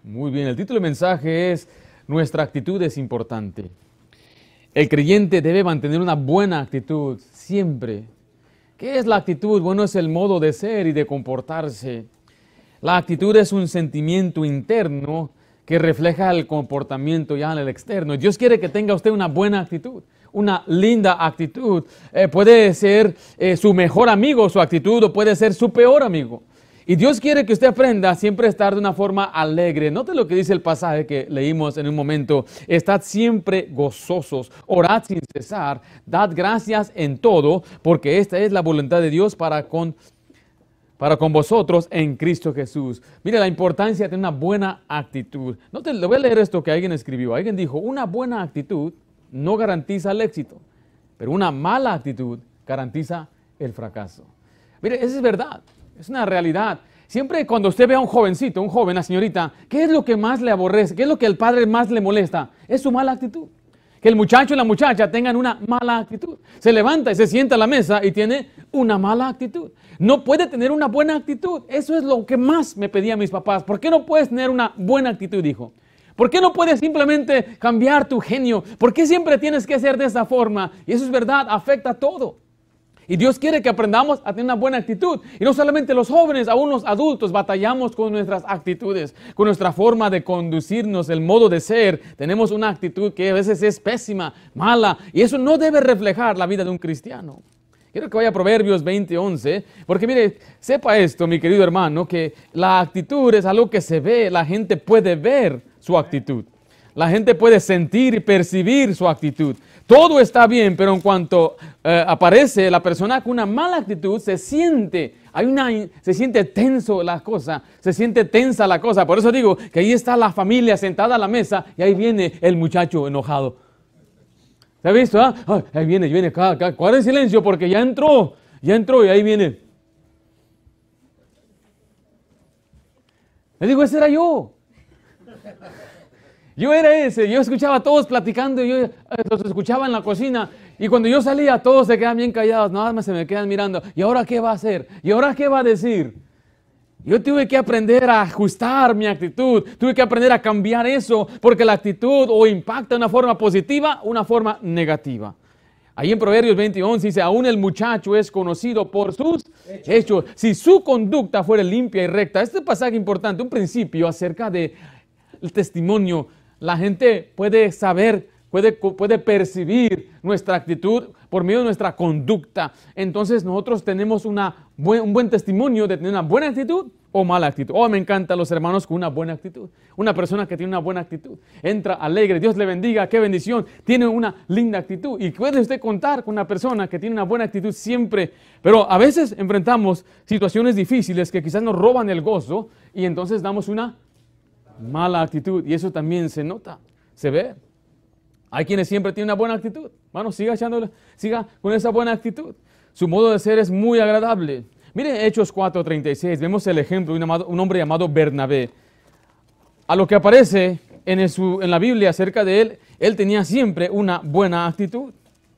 Muy bien, el título del mensaje es Nuestra actitud es importante. El creyente debe mantener una buena actitud siempre. ¿Qué es la actitud? Bueno, es el modo de ser y de comportarse. La actitud es un sentimiento interno que refleja el comportamiento ya en el externo. Dios quiere que tenga usted una buena actitud, una linda actitud. Puede ser su mejor amigo, su actitud, o puede ser su peor amigo. Y Dios quiere que usted aprenda a siempre estar de una forma alegre. Note lo que dice el pasaje que leímos en un momento. Estad siempre gozosos, orad sin cesar, dad gracias en todo, porque esta es la voluntad de Dios para con vosotros en Cristo Jesús. Mire la importancia de tener una buena actitud. Note, le voy a leer esto que alguien escribió. Alguien dijo, una buena actitud no garantiza el éxito, pero una mala actitud garantiza el fracaso. Mire, eso es verdad. Es una realidad. Siempre cuando usted ve a un jovencito, un joven, una señorita, ¿qué es lo que más le aborrece? ¿Qué es lo que al padre más le molesta? Es su mala actitud. Que el muchacho y la muchacha tengan una mala actitud. Se levanta y se sienta a la mesa y tiene una mala actitud. No puede tener una buena actitud. Eso es lo que más me pedían mis papás. ¿Por qué no puedes tener una buena actitud, hijo? ¿Por qué no puedes simplemente cambiar tu genio? ¿Por qué siempre tienes que ser de esa forma? Y eso es verdad, afecta a todo. Y Dios quiere que aprendamos a tener una buena actitud. Y no solamente los jóvenes, aún los adultos batallamos con nuestras actitudes, con nuestra forma de conducirnos, el modo de ser. Tenemos una actitud que a veces es pésima, mala, y eso no debe reflejar la vida de un cristiano. Quiero que vaya a Proverbios 20:11, porque mire, sepa esto, mi querido hermano, que la actitud es algo que se ve, la gente puede ver su actitud. La gente puede sentir y percibir su actitud. Todo está bien, pero en cuanto aparece la persona con una mala actitud, se siente tenso la cosa, se siente tensa la cosa. Por eso digo que ahí está la familia sentada a la mesa y ahí viene el muchacho enojado. ¿Se ha visto? Ahí viene, guarden silencio porque ya entró y ahí viene. Le digo, ese era yo. Yo era ese, yo escuchaba a todos platicando, yo los escuchaba en la cocina y cuando yo salía todos se quedan bien callados, nada más se me quedan mirando. ¿Y ahora qué va a hacer? ¿Y ahora qué va a decir? Yo tuve que aprender a ajustar mi actitud, tuve que aprender a cambiar eso porque la actitud o impacta de una forma positiva o una forma negativa. Ahí en Proverbios 20:11 dice, aún el muchacho es conocido por sus hechos, si su conducta fuera limpia y recta. Este pasaje importante, un principio acerca del testimonio. La gente puede saber, puede percibir nuestra actitud por medio de nuestra conducta. Entonces nosotros tenemos un buen testimonio de tener una buena actitud o mala actitud. Me encantan los hermanos con una buena actitud. Una persona que tiene una buena actitud. Entra alegre, Dios le bendiga, qué bendición. Tiene una linda actitud. Y puede usted contar con una persona que tiene una buena actitud siempre. Pero a veces enfrentamos situaciones difíciles que quizás nos roban el gozo y entonces damos una mala actitud, y eso también se nota, se ve. Hay quienes siempre tienen una buena actitud. Bueno, siga con esa buena actitud. Su modo de ser es muy agradable. Mire Hechos 4:36, vemos el ejemplo de un hombre llamado Bernabé. A lo que aparece en la Biblia acerca de él tenía siempre una buena actitud.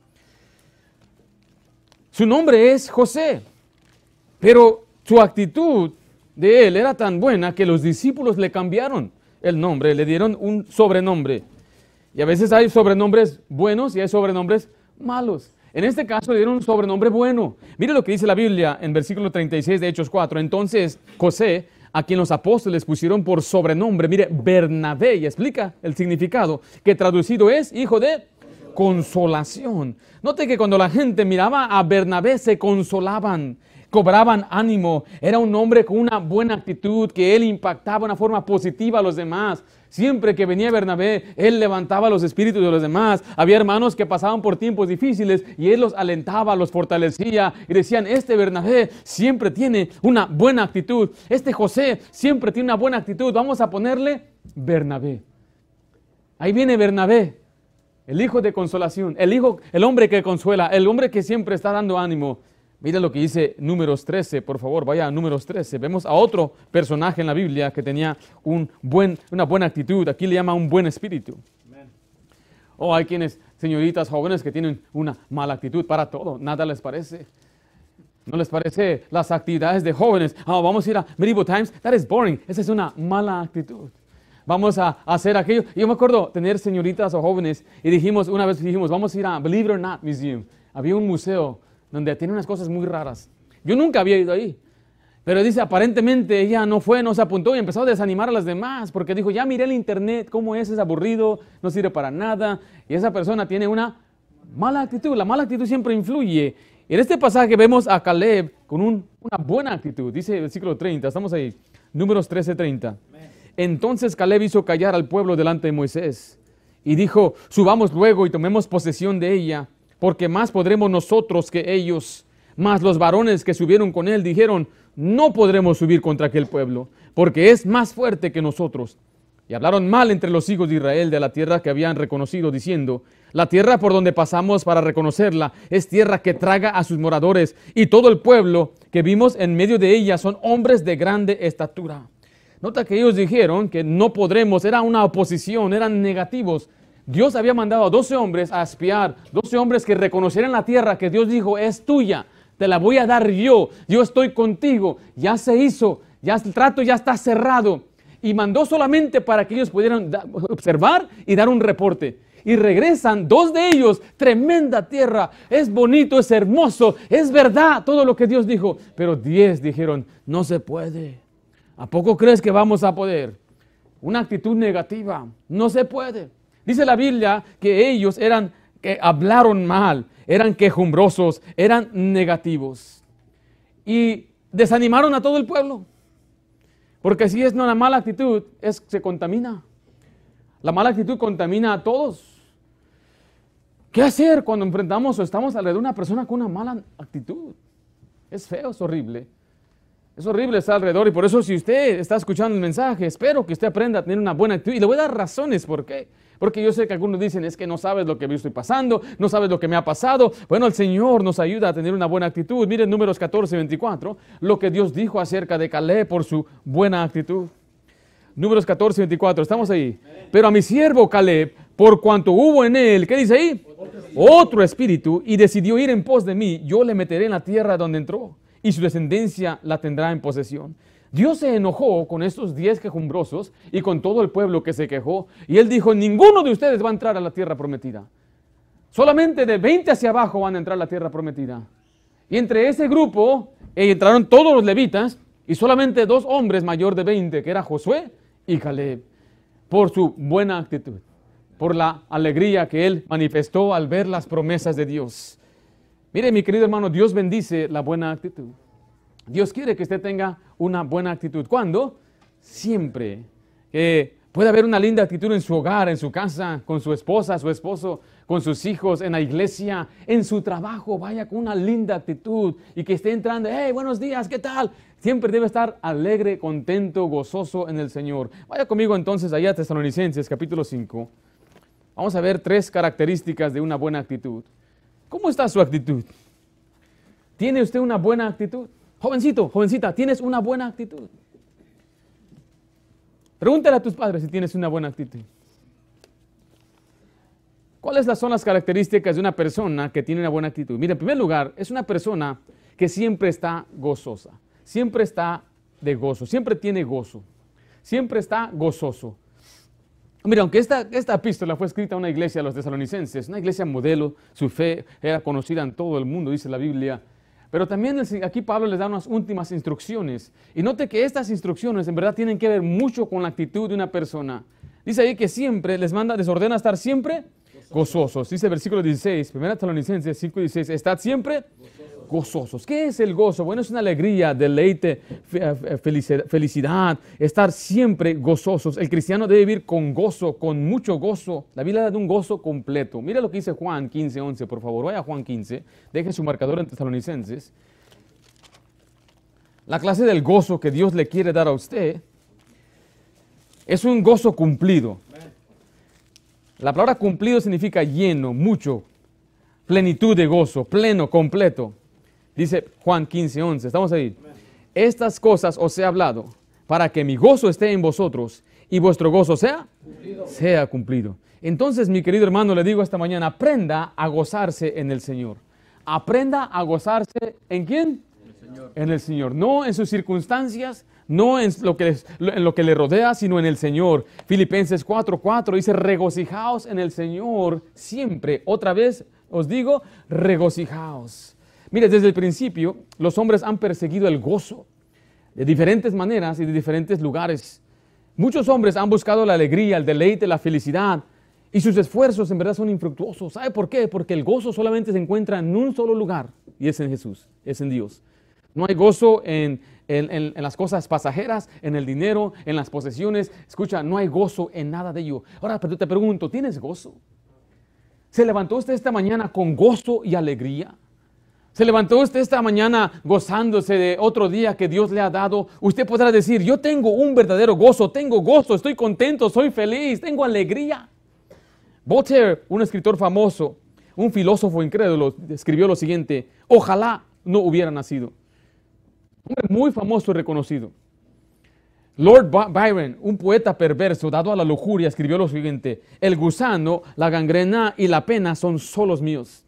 Su nombre es José, pero su actitud de él era tan buena que los discípulos le cambiaron el nombre, le dieron un sobrenombre. Y a veces hay sobrenombres buenos y hay sobrenombres malos. En este caso le dieron un sobrenombre bueno. Mire lo que dice la Biblia en versículo 36 de Hechos 4. Entonces José, a quien los apóstoles pusieron por sobrenombre, mire, Bernabé, y explica el significado, que traducido es hijo de consolación. Note que cuando la gente miraba a Bernabé se consolaban, cobraban ánimo. Era un hombre con una buena actitud, que él impactaba de una forma positiva a los demás. Siempre que venía Bernabé, él levantaba los espíritus de los demás. Había hermanos que pasaban por tiempos difíciles y él los alentaba, los fortalecía y decían, este Bernabé siempre tiene una buena actitud. Este José siempre tiene una buena actitud. Vamos a ponerle Bernabé. Ahí viene Bernabé, el hijo de consolación, el hombre que consuela, el hombre que siempre está dando ánimo. Mira lo que dice Números 13, por favor, vaya a Números 13. Vemos a otro personaje en la Biblia que tenía una buena actitud. Aquí le llama un buen espíritu. Hay quienes, señoritas jóvenes, que tienen una mala actitud para todo. Nada les parece. ¿No les parece las actividades de jóvenes? Vamos a ir a Medieval Times. That is boring. Esa es una mala actitud. vamos a hacer aquello. Y yo me acuerdo tener señoritas o jóvenes y una vez dijimos, vamos a ir a Believe It or Not Museum. Había un museo donde tiene unas cosas muy raras. Yo nunca había ido ahí. Pero dice, aparentemente ella no fue, no se apuntó y empezó a desanimar a las demás porque dijo, ya miré el internet, cómo es aburrido, no sirve para nada. Y esa persona tiene una mala actitud. La mala actitud siempre influye. Y en este pasaje vemos a Caleb con una buena actitud. Dice el versículo 30, estamos ahí, Números 13:30. Entonces Caleb hizo callar al pueblo delante de Moisés y dijo, subamos luego y tomemos posesión de ella, porque más podremos nosotros que ellos. Mas los varones que subieron con él dijeron, no podremos subir contra aquel pueblo, porque es más fuerte que nosotros. Y hablaron mal entre los hijos de Israel de la tierra que habían reconocido, diciendo, la tierra por donde pasamos para reconocerla es tierra que traga a sus moradores, y todo el pueblo que vimos en medio de ella son hombres de grande estatura. Nota que ellos dijeron que no podremos, era una oposición, eran negativos. Dios había mandado a 12 hombres a espiar, 12 hombres que reconocieran la tierra que Dios dijo es tuya. Te la voy a dar yo estoy contigo, ya se hizo, ya el trato ya está cerrado. Y mandó solamente para que ellos pudieran observar y dar un reporte. Y regresan 2 de ellos, tremenda tierra, es bonito, es hermoso, es verdad todo lo que Dios dijo. Pero 10 dijeron, no se puede. ¿A poco crees que vamos a poder? Una actitud negativa, no se puede. Dice la Biblia que ellos que hablaron mal, eran quejumbrosos, eran negativos. Y desanimaron a todo el pueblo. Porque si es una mala actitud, se contamina. La mala actitud contamina a todos. ¿Qué hacer cuando enfrentamos o estamos alrededor de una persona con una mala actitud? Es feo, es horrible. Es horrible estar alrededor y por eso si usted está escuchando el mensaje, espero que usted aprenda a tener una buena actitud. Y le voy a dar razones por qué. Porque yo sé que algunos dicen, es que no sabes lo que yo estoy pasando, no sabes lo que me ha pasado. Bueno, el Señor nos ayuda a tener una buena actitud. Miren Números 14:24, lo que Dios dijo acerca de Caleb por su buena actitud. Números 14:24, estamos ahí. Pero a mi siervo Caleb, por cuanto hubo en él, ¿qué dice ahí? Otro espíritu, y decidió ir en pos de mí, yo le meteré en la tierra donde entró, y su descendencia la tendrá en posesión. Dios se enojó con estos 10 quejumbrosos y con todo el pueblo que se quejó. Y Él dijo, ninguno de ustedes va a entrar a la tierra prometida. Solamente de 20 hacia abajo van a entrar a la tierra prometida. Y entre ese grupo entraron todos los levitas y solamente 2 hombres mayor de 20, que era Josué y Caleb, por su buena actitud, por la alegría que él manifestó al ver las promesas de Dios. Mire, mi querido hermano, Dios bendice la buena actitud. Dios quiere que usted tenga una buena actitud. ¿Cuándo? Siempre. Puede haber una linda actitud en su hogar, en su casa, con su esposa, su esposo, con sus hijos, en la iglesia, en su trabajo. Vaya con una linda actitud y que esté entrando, hey, buenos días, ¿qué tal? Siempre debe estar alegre, contento, gozoso en el Señor. Vaya conmigo entonces allá a Tesalonicenses, capítulo 5. Vamos a ver 3 características de una buena actitud. ¿Cómo está su actitud? ¿Tiene usted una buena actitud? Jovencito, jovencita, ¿tienes una buena actitud? Pregúntale a tus padres si tienes una buena actitud. ¿Cuáles son las características de una persona que tiene una buena actitud? Mira, en primer lugar, es una persona que siempre está gozosa, siempre está de gozo, siempre tiene gozo, siempre está gozoso. Mira, aunque esta epístola fue escrita a una iglesia de los tesalonicenses, una iglesia modelo, su fe era conocida en todo el mundo, dice la Biblia. Pero también aquí Pablo les da unas últimas instrucciones. Y note que estas instrucciones en verdad tienen que ver mucho con la actitud de una persona. Dice ahí que siempre les ordena estar siempre gozosos. Dice el versículo 16, 1 Tesalonicenses 5:16, estad siempre gozosos. ¿Qué es el gozo? Bueno, es una alegría, deleite, felicidad, estar siempre gozosos. El cristiano debe vivir con gozo, con mucho gozo. La Biblia da de un gozo completo. Mira lo que dice Juan 15:11, por favor. Vaya a Juan 15, deje su marcador en Tesalonicenses. La clase del gozo que Dios le quiere dar a usted es un gozo cumplido. La palabra cumplido significa lleno, mucho, plenitud de gozo, pleno, completo. Dice Juan 15:11, estamos ahí. Estas cosas os he hablado para que mi gozo esté en vosotros y vuestro gozo sea cumplido. Entonces, mi querido hermano, le digo esta mañana, aprenda a gozarse en el Señor. Aprenda a gozarse ¿en quién? En el Señor. No en sus circunstancias, no en lo que le rodea, sino en el Señor. Filipenses 4:4 dice, regocijaos en el Señor siempre. Otra vez os digo, regocijaos. Mire, desde el principio los hombres han perseguido el gozo de diferentes maneras y de diferentes lugares. Muchos hombres han buscado la alegría, el deleite, la felicidad, y sus esfuerzos en verdad son infructuosos. ¿Sabe por qué? Porque el gozo solamente se encuentra en un solo lugar, y es en Jesús, es en Dios. No hay gozo en las cosas pasajeras, en el dinero, en las posesiones. Escucha, no hay gozo en nada de ello. Ahora, pero te pregunto, ¿tienes gozo? ¿Se levantó usted esta mañana con gozo y alegría? ¿Se levantó usted esta mañana gozándose de otro día que Dios le ha dado? Usted podrá decir, yo tengo un verdadero gozo, estoy contento, soy feliz, tengo alegría. Voltaire, un escritor famoso, un filósofo incrédulo, escribió lo siguiente: ojalá no hubiera nacido. Un hombre muy famoso y reconocido. Lord Byron, un poeta perverso dado a la lujuria, escribió lo siguiente: el gusano, la gangrena y la pena son solos míos.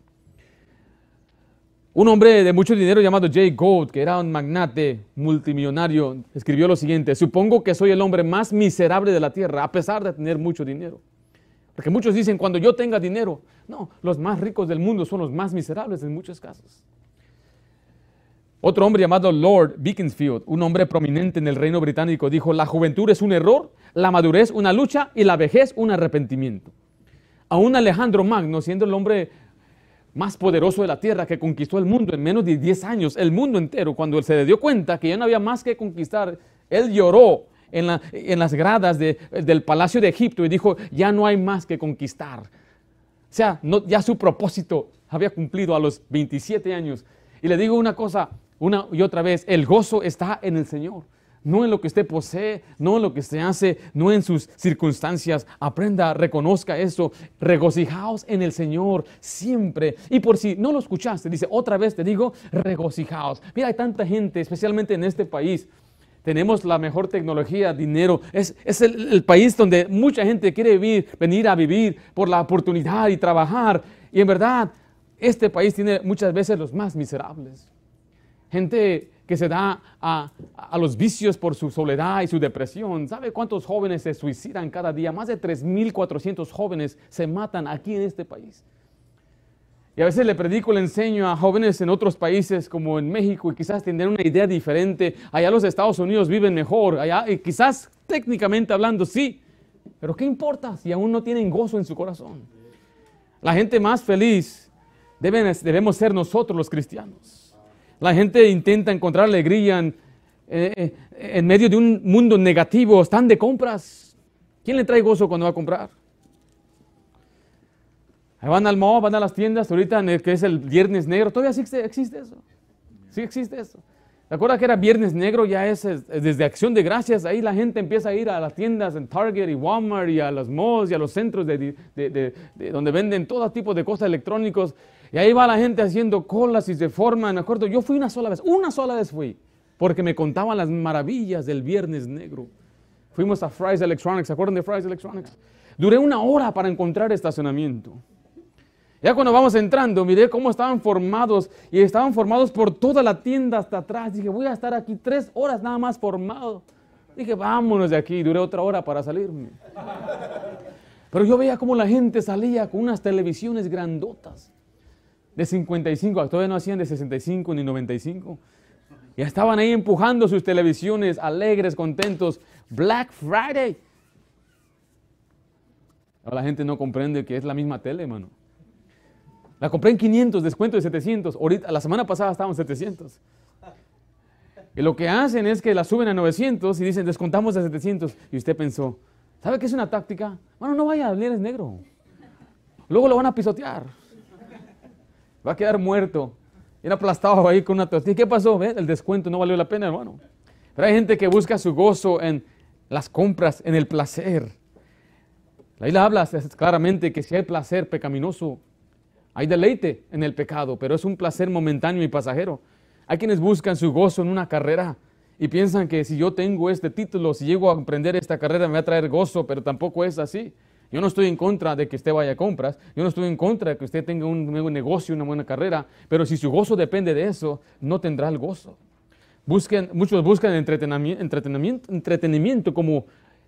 Un hombre de mucho dinero llamado Jay Gould, que era un magnate multimillonario, escribió lo siguiente: supongo que soy el hombre más miserable de la tierra, a pesar de tener mucho dinero. Porque muchos dicen, cuando yo tenga dinero. No, los más ricos del mundo son los más miserables en muchos casos. Otro hombre llamado Lord Beaconsfield, un hombre prominente en el reino británico, dijo, la juventud es un error, la madurez una lucha y la vejez un arrepentimiento. Aún Alejandro Magno, siendo el hombre más poderoso de la tierra, que conquistó el mundo en menos de 10 años, el mundo entero, cuando él se dio cuenta que ya no había más que conquistar, él lloró en las gradas del palacio de Egipto y dijo, ya no hay más que conquistar. O sea, ya su propósito había cumplido a los 27 años. Y le digo una cosa, una y otra vez, el gozo está en el Señor, no en lo que usted posee, no en lo que usted hace, no en sus circunstancias. Aprenda, reconozca eso, regocijaos en el Señor siempre. Y por si no lo escuchaste, dice, otra vez te digo, regocijaos. Mira, hay tanta gente, especialmente en este país, tenemos la mejor tecnología, dinero, es el país donde mucha gente quiere venir a vivir por la oportunidad y trabajar. Y en verdad, este país tiene muchas veces los más miserables. Gente que se da a los vicios por su soledad y su depresión. ¿Sabe cuántos jóvenes se suicidan cada día? Más de 3,400 jóvenes se matan aquí en este país. Y a veces le predico, le enseño a jóvenes en otros países como en México y quizás tendrán una idea diferente. Allá los Estados Unidos viven mejor, allá y quizás técnicamente hablando sí, pero ¿qué importa si aún no tienen gozo en su corazón? La gente más feliz debemos ser nosotros los cristianos. La gente intenta encontrar alegría en medio de un mundo negativo. Están de compras. ¿Quién le trae gozo cuando va a comprar? Ahí van al mall, van a las tiendas, ahorita que es el Viernes Negro. ¿Todavía existe eso? Sí existe eso. ¿Te acuerdas que era Viernes Negro? Ya es desde Acción de Gracias. Ahí la gente empieza a ir a las tiendas en Target y Walmart y a los malls y a los centros de donde venden todo tipo de cosas electrónicos. Y ahí va la gente haciendo colas y se forman. Me acuerdo, yo fui una sola vez fui, porque me contaban las maravillas del Viernes Negro. Fuimos a Fry's Electronics, ¿se acuerdan de Fry's Electronics? Duré 1 hora para encontrar estacionamiento. Ya cuando vamos entrando, miré cómo estaban formados, y estaban formados por toda la tienda hasta atrás. Dije, voy a estar aquí 3 horas nada más formado. Dije, vámonos de aquí. Duré otra hora para salirme. Pero yo veía cómo la gente salía con unas televisiones grandotas de 55, todavía no hacían de 65 ni 95. Ya estaban ahí empujando sus televisiones, alegres, contentos. Black Friday. Ahora la gente no comprende que es la misma tele, hermano. La compré en 500, descuento de 700. Ahorita, la semana pasada estaban 700. Y lo que hacen es que la suben a 900 y dicen, descontamos de 700. Y usted pensó, ¿sabe qué es una táctica? Bueno, no vaya, es negro. Luego lo van a pisotear. Va a quedar muerto. Era aplastado ahí con una tortilla. ¿Qué pasó? ¿Ves? El descuento no valió la pena, hermano. Pero hay gente que busca su gozo en las compras, en el placer. La Biblia habla claramente que si hay placer pecaminoso, hay deleite en el pecado, pero es un placer momentáneo y pasajero. Hay quienes buscan su gozo en una carrera y piensan que si yo tengo este título, si llego a emprender esta carrera me va a traer gozo, pero tampoco es así. Yo no estoy en contra de que usted vaya a compras, yo no estoy en contra de que usted tenga un nuevo negocio, una buena carrera, pero si su gozo depende de eso, no tendrá el gozo. Muchos buscan entretenimiento como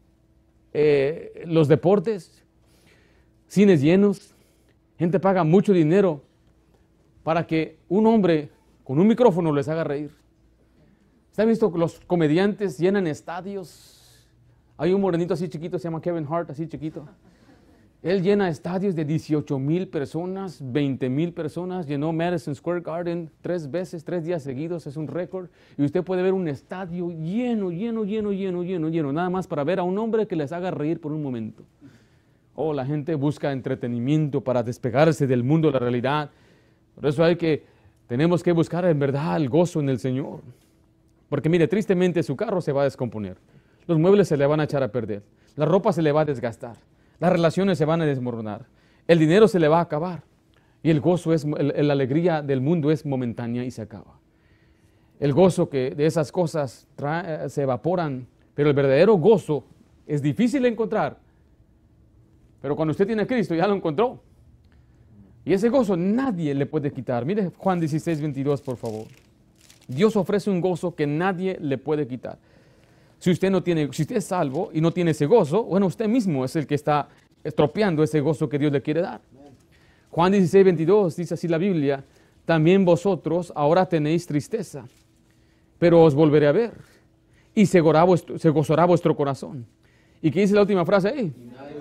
los deportes, cines llenos. Gente paga mucho dinero para que un hombre con un micrófono les haga reír. ¿Usted ha visto que los comediantes llenan estadios? Hay un morenito así chiquito, se llama Kevin Hart, así chiquito. Él llena estadios de 18,000 personas, 20,000 personas. Llenó Madison Square Garden 3 veces, 3 días seguidos, es un récord. Y usted puede ver un estadio lleno, nada más para ver a un hombre que les haga reír por un momento. Oh, la gente busca entretenimiento para despegarse del mundo de la realidad. Por eso tenemos que buscar en verdad el gozo en el Señor. Porque mire, tristemente su carro se va a descomponer. Los muebles se le van a echar a perder. La ropa se le va a desgastar. Las relaciones se van a desmoronar. El dinero se le va a acabar. Y el gozo, la alegría del mundo es momentánea y se acaba. El gozo que de esas cosas se evaporan. Pero el verdadero gozo es difícil de encontrar. Pero cuando usted tiene a Cristo ya lo encontró. Y ese gozo nadie le puede quitar. Mire Juan 16:22, por favor. Dios ofrece un gozo que nadie le puede quitar. Si usted es salvo y no tiene ese gozo, bueno, usted mismo es el que está estropeando ese gozo que Dios le quiere dar. Juan 16:22 dice así la Biblia: también vosotros ahora tenéis tristeza, pero os volveré a ver y se gozará vuestro corazón. ¿Y qué dice la última frase ahí?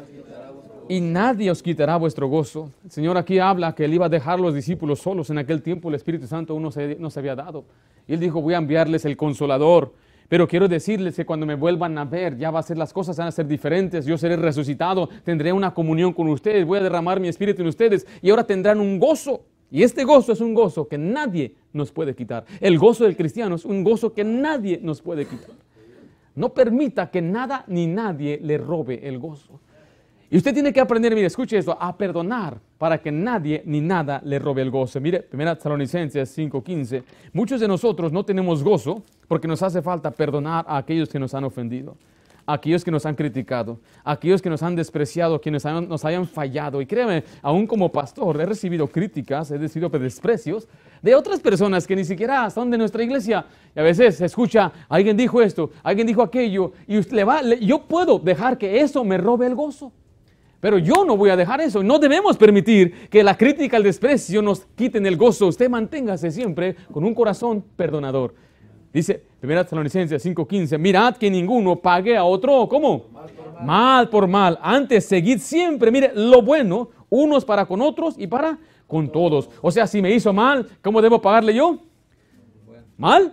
Y nadie os quitará vuestro gozo. El Señor aquí habla que Él iba a dejar a los discípulos solos. En aquel tiempo el Espíritu Santo aún no se había dado. Y Él dijo: voy a enviarles el Consolador. Pero quiero decirles que cuando me vuelvan a ver, las cosas van a ser diferentes. Yo seré resucitado, tendré una comunión con ustedes, voy a derramar mi Espíritu en ustedes y ahora tendrán un gozo. Y este gozo es un gozo que nadie nos puede quitar. El gozo del cristiano es un gozo que nadie nos puede quitar. No permita que nada ni nadie le robe el gozo. Y usted tiene que aprender, mire, escuche esto, a perdonar para que nadie ni nada le robe el gozo. Mire, 1 Tesalonicenses 5:15. Muchos de nosotros no tenemos gozo porque nos hace falta perdonar a aquellos que nos han ofendido, a aquellos que nos han criticado, a aquellos que nos han despreciado, quienes nos hayan fallado. Y créame, aún como pastor he recibido críticas, he recibido desprecios de otras personas que ni siquiera son de nuestra iglesia. Y a veces se escucha: alguien dijo esto, alguien dijo aquello, y yo puedo dejar que eso me robe el gozo. Pero yo no voy a dejar eso. No debemos permitir que la crítica, el desprecio nos quiten el gozo. Usted manténgase siempre con un corazón perdonador. Dice 1 Tesalonicenses 5:15, mirad que ninguno pague a otro, ¿cómo? Mal por mal. Antes, seguid siempre, mire, lo bueno, unos para con otros y para con todos. O sea, si me hizo mal, ¿cómo debo pagarle yo? ¿Mal?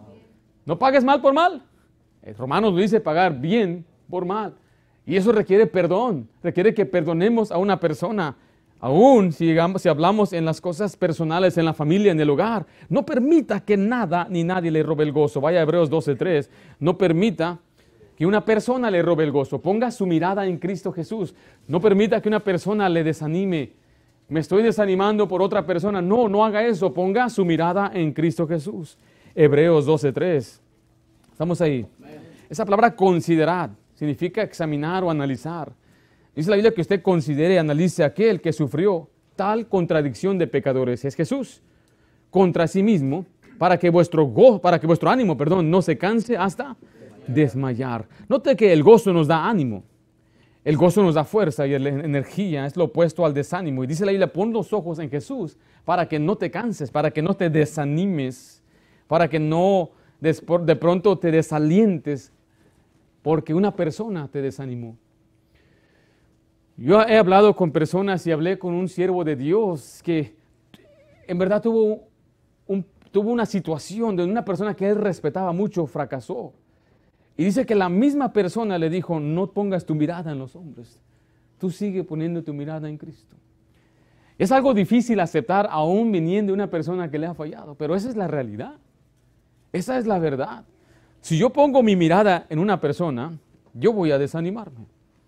No pagues mal por mal. Romanos dice pagar bien por mal. Y eso requiere perdón, requiere que perdonemos a una persona, aún si hablamos en las cosas personales, en la familia, en el hogar. No permita que nada ni nadie le robe el gozo. Vaya a Hebreos 12:3. No permita que una persona le robe el gozo. Ponga su mirada en Cristo Jesús. No permita que una persona le desanime. Me estoy desanimando por otra persona. No haga eso. Ponga su mirada en Cristo Jesús. Hebreos 12:3. ¿Estamos ahí? Esa palabra considerad significa examinar o analizar. Dice la Biblia que usted considere y analice a aquel que sufrió tal contradicción de pecadores. Es Jesús. Contra sí mismo, para que vuestro ánimo, no se canse hasta desmayar. Note que el gozo nos da ánimo. El gozo nos da fuerza y la energía, es lo opuesto al desánimo. Y dice la Biblia: pon los ojos en Jesús para que no te canses, para que no te desanimes, para que no de pronto te desalientes porque una persona te desanimó. Yo he hablado con personas y hablé con un siervo de Dios que en verdad tuvo una situación donde una persona que él respetaba mucho fracasó. Y dice que la misma persona le dijo: no pongas tu mirada en los hombres, tú sigue poniendo tu mirada en Cristo. Es algo difícil aceptar aún viniendo de una persona que le ha fallado, pero esa es la realidad. Esa es la verdad. Si yo pongo mi mirada en una persona, yo voy a desanimarme.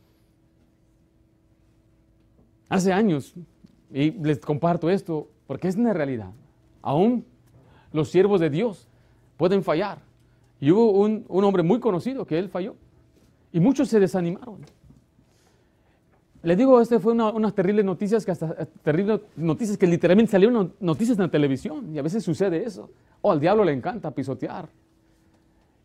Hace años, y les comparto esto porque es una realidad, aún los siervos de Dios pueden fallar. Y hubo un hombre muy conocido que él falló y muchos se desanimaron. Les digo, fue unas terribles noticias que literalmente salieron noticias en la televisión, y a veces sucede eso. Al diablo le encanta pisotear.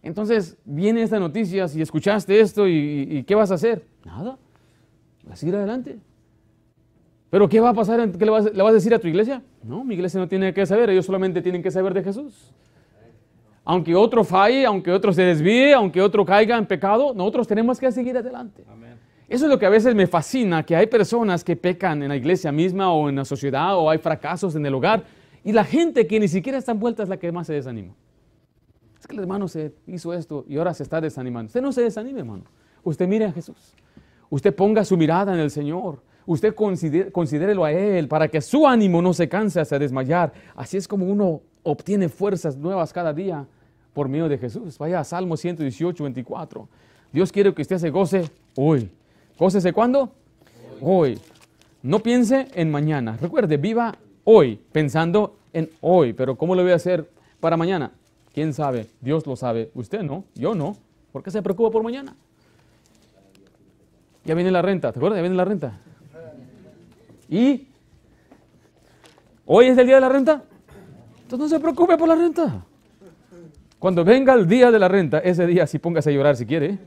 Entonces vienen estas noticias y escuchaste esto y ¿qué vas a hacer? Nada, vas a seguir adelante. ¿Pero qué va a pasar? ¿Qué le vas a decir a tu iglesia? No, mi iglesia no tiene que saber, ellos solamente tienen que saber de Jesús. Aunque otro falle, aunque otro se desvíe, aunque otro caiga en pecado, nosotros tenemos que seguir adelante. Amén. Eso es lo que a veces me fascina, que hay personas que pecan en la iglesia misma o en la sociedad o hay fracasos en el hogar y la gente que ni siquiera está envuelta es la que más se desanima. Es que el hermano se hizo esto y ahora se está desanimando. Usted no se desanime, hermano. Usted mire a Jesús. Usted ponga su mirada en el Señor. Usted considérelo a Él para que su ánimo no se canse hasta desmayar. Así es como uno obtiene fuerzas nuevas cada día por medio de Jesús. Vaya a Salmo 118, 24. Dios quiere que usted se goce hoy. ¿Gócese cuándo? Hoy. No piense en mañana. Recuerde, viva hoy, pensando en hoy. Pero ¿cómo lo voy a hacer para mañana? ¿Quién sabe? Dios lo sabe. Usted no, yo no. ¿Por qué se preocupa por mañana? Ya viene la renta, ¿te acuerdas? Ya viene la renta. ¿Y hoy es el día de la renta? Entonces no se preocupe por la renta. Cuando venga el día de la renta, ese día sí póngase a llorar si quiere.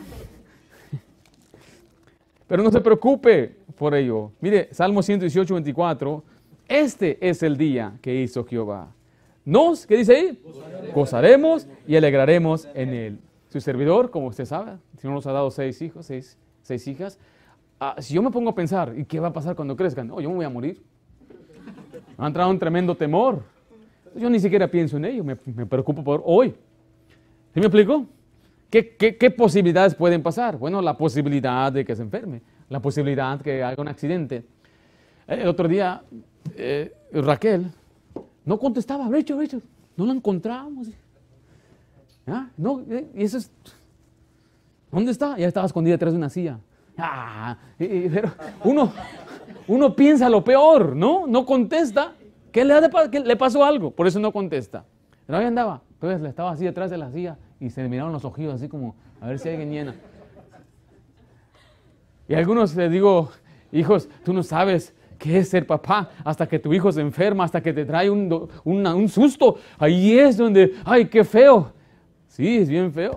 Pero no se preocupe por ello. Mire, Salmo 118, 24. Este es el día que hizo Jehová. ¿Qué dice ahí? Gozaremos y alegraremos en él. Su servidor, como usted sabe, el Señor nos ha dado 6 hijos, seis hijas. Si yo me pongo a pensar, ¿y qué va a pasar cuando crezcan? Yo me voy a morir. Me ha entrado un tremendo temor. Yo ni siquiera pienso en ello, me preocupo por hoy. ¿Sí me explico? ¿Qué posibilidades pueden pasar? Bueno, la posibilidad de que se enferme, la posibilidad de que haga un accidente. El otro día, Raquel no contestaba, Richard, no la encontramos. No, y eso es, ¿dónde está? Ya estaba escondida detrás de una silla. Pero uno piensa lo peor, ¿no? No contesta. ¿Qué le pasó algo? Por eso no contesta. Pero ahí andaba. Entonces le estaba así detrás de la silla y se le miraron los ojillos así como a ver si alguien llena. Y a algunos les digo, hijos, tú no sabes qué es ser papá hasta que tu hijo se enferma, hasta que te trae un susto. Ahí es donde, ¡ay, qué feo! Sí, es bien feo.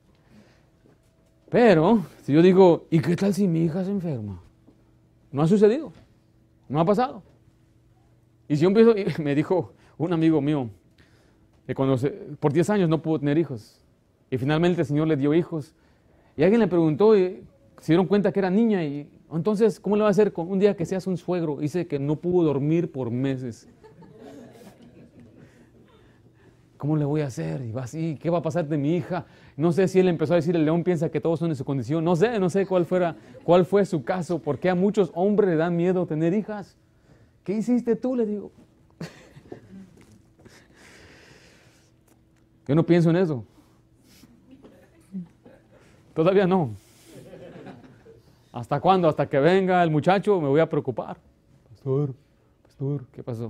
Pero si yo digo, ¿y qué tal si mi hija se enferma? No ha sucedido, no ha pasado. Y si yo empiezo, me dijo un amigo mío, que por 10 años no pudo tener hijos. Y finalmente el Señor le dio hijos. Y alguien le preguntó, y se dieron cuenta que era niña. Y entonces, ¿cómo le va a hacer con un día que seas un suegro? Dice que no pudo dormir por meses. ¿Cómo le voy a hacer? Y va así, ¿qué va a pasar de mi hija? No sé si él empezó a decir, el león piensa que todos son de su condición. No sé cuál fue su caso. Porque a muchos hombres le dan miedo tener hijas. ¿Qué hiciste tú? Le digo. Yo no pienso en eso. Todavía no. ¿Hasta cuándo? Hasta que venga el muchacho me voy a preocupar. Pastor, ¿qué pasó?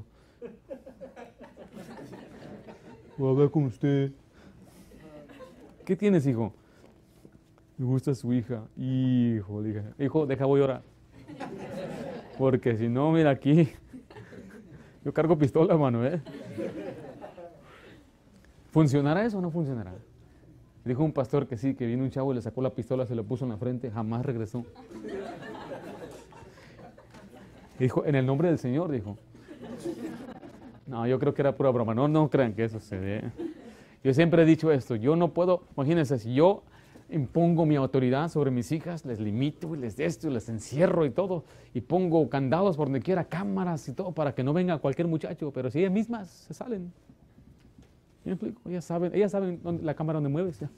Voy a hablar con usted. ¿Qué tienes, hijo? Me gusta su hija. Hijo, deja voy a orar. Porque si no, mira aquí. Yo cargo pistola, hermano, ¿Funcionará eso o no funcionará? Dijo un pastor que sí, que vino un chavo y le sacó la pistola, se la puso en la frente, jamás regresó. Dijo, en el nombre del Señor, dijo. No, yo creo que era pura broma. No crean que eso se ve. Yo siempre he dicho esto, yo no puedo, imagínense, si yo impongo mi autoridad sobre mis hijas, les limito y les encierro y todo, y pongo candados por donde quiera, cámaras y todo, para que no venga cualquier muchacho, pero si ellas mismas se salen. ¿Me explico? Ellas saben la cámara donde mueves. Ya.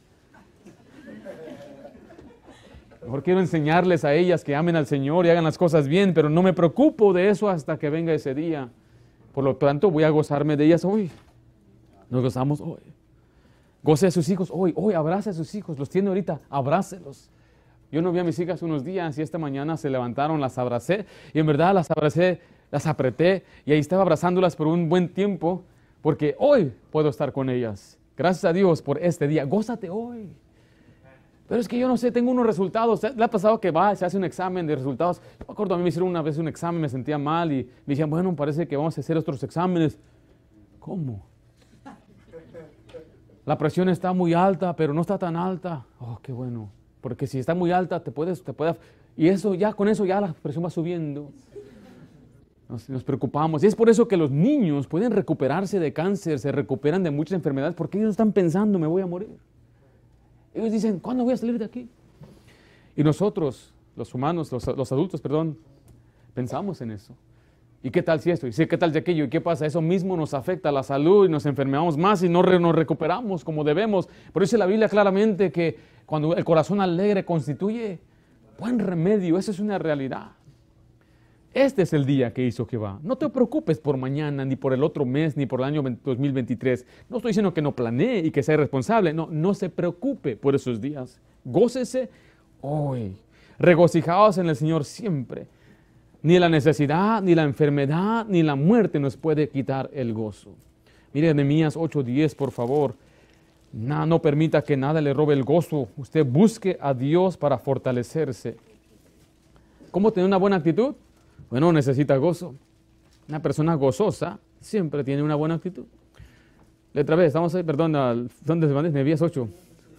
Mejor quiero enseñarles a ellas que amen al Señor y hagan las cosas bien, pero no me preocupo de eso hasta que venga ese día. Por lo tanto, voy a gozarme de ellas hoy. Nos gozamos hoy. Goce a sus hijos hoy, abrace a sus hijos, los tiene ahorita, abrácelos. Yo no vi a mis hijas unos días y esta mañana se levantaron, las abracé y en verdad las abracé, las apreté y ahí estaba abrazándolas por un buen tiempo porque hoy puedo estar con ellas. Gracias a Dios por este día, gózate hoy. Pero es que yo no sé, tengo unos resultados. ¿Le ha pasado que se hace un examen de resultados? Yo me acuerdo, a mí me hicieron una vez un examen, me sentía mal y me decían, bueno, parece que vamos a hacer otros exámenes. ¿Cómo? La presión está muy alta, pero no está tan alta. Oh, qué bueno. Porque si está muy alta, y eso ya, con eso ya la presión va subiendo. Nos preocupamos. Y es por eso que los niños pueden recuperarse de cáncer, se recuperan de muchas enfermedades, porque ellos están pensando, me voy a morir. Ellos dicen, ¿cuándo voy a salir de aquí? Y nosotros, los humanos, los adultos, perdón, pensamos en eso. ¿Y qué tal si esto? ¿Y qué tal si aquello? ¿Y qué pasa? Eso mismo nos afecta a la salud y nos enfermamos más y no nos recuperamos como debemos. Por eso dice la Biblia claramente que cuando el corazón alegre constituye buen remedio, eso es una realidad. Este es el día que hizo Jehová. No te preocupes por mañana, ni por el otro mes, ni por el año 2023. No estoy diciendo que no planee y que sea irresponsable. No se preocupe por esos días. Gócese hoy. Regocijaos en el Señor siempre. Ni la necesidad, ni la enfermedad, ni la muerte nos puede quitar el gozo. Mire Nehemías 8:10, por favor. No permita que nada le robe el gozo. Usted busque a Dios para fortalecerse. ¿Cómo tener una buena actitud? Bueno, necesita gozo. Una persona gozosa siempre tiene una buena actitud. Letra B, estamos ahí, perdón, ¿dónde se van? Nehemías 8.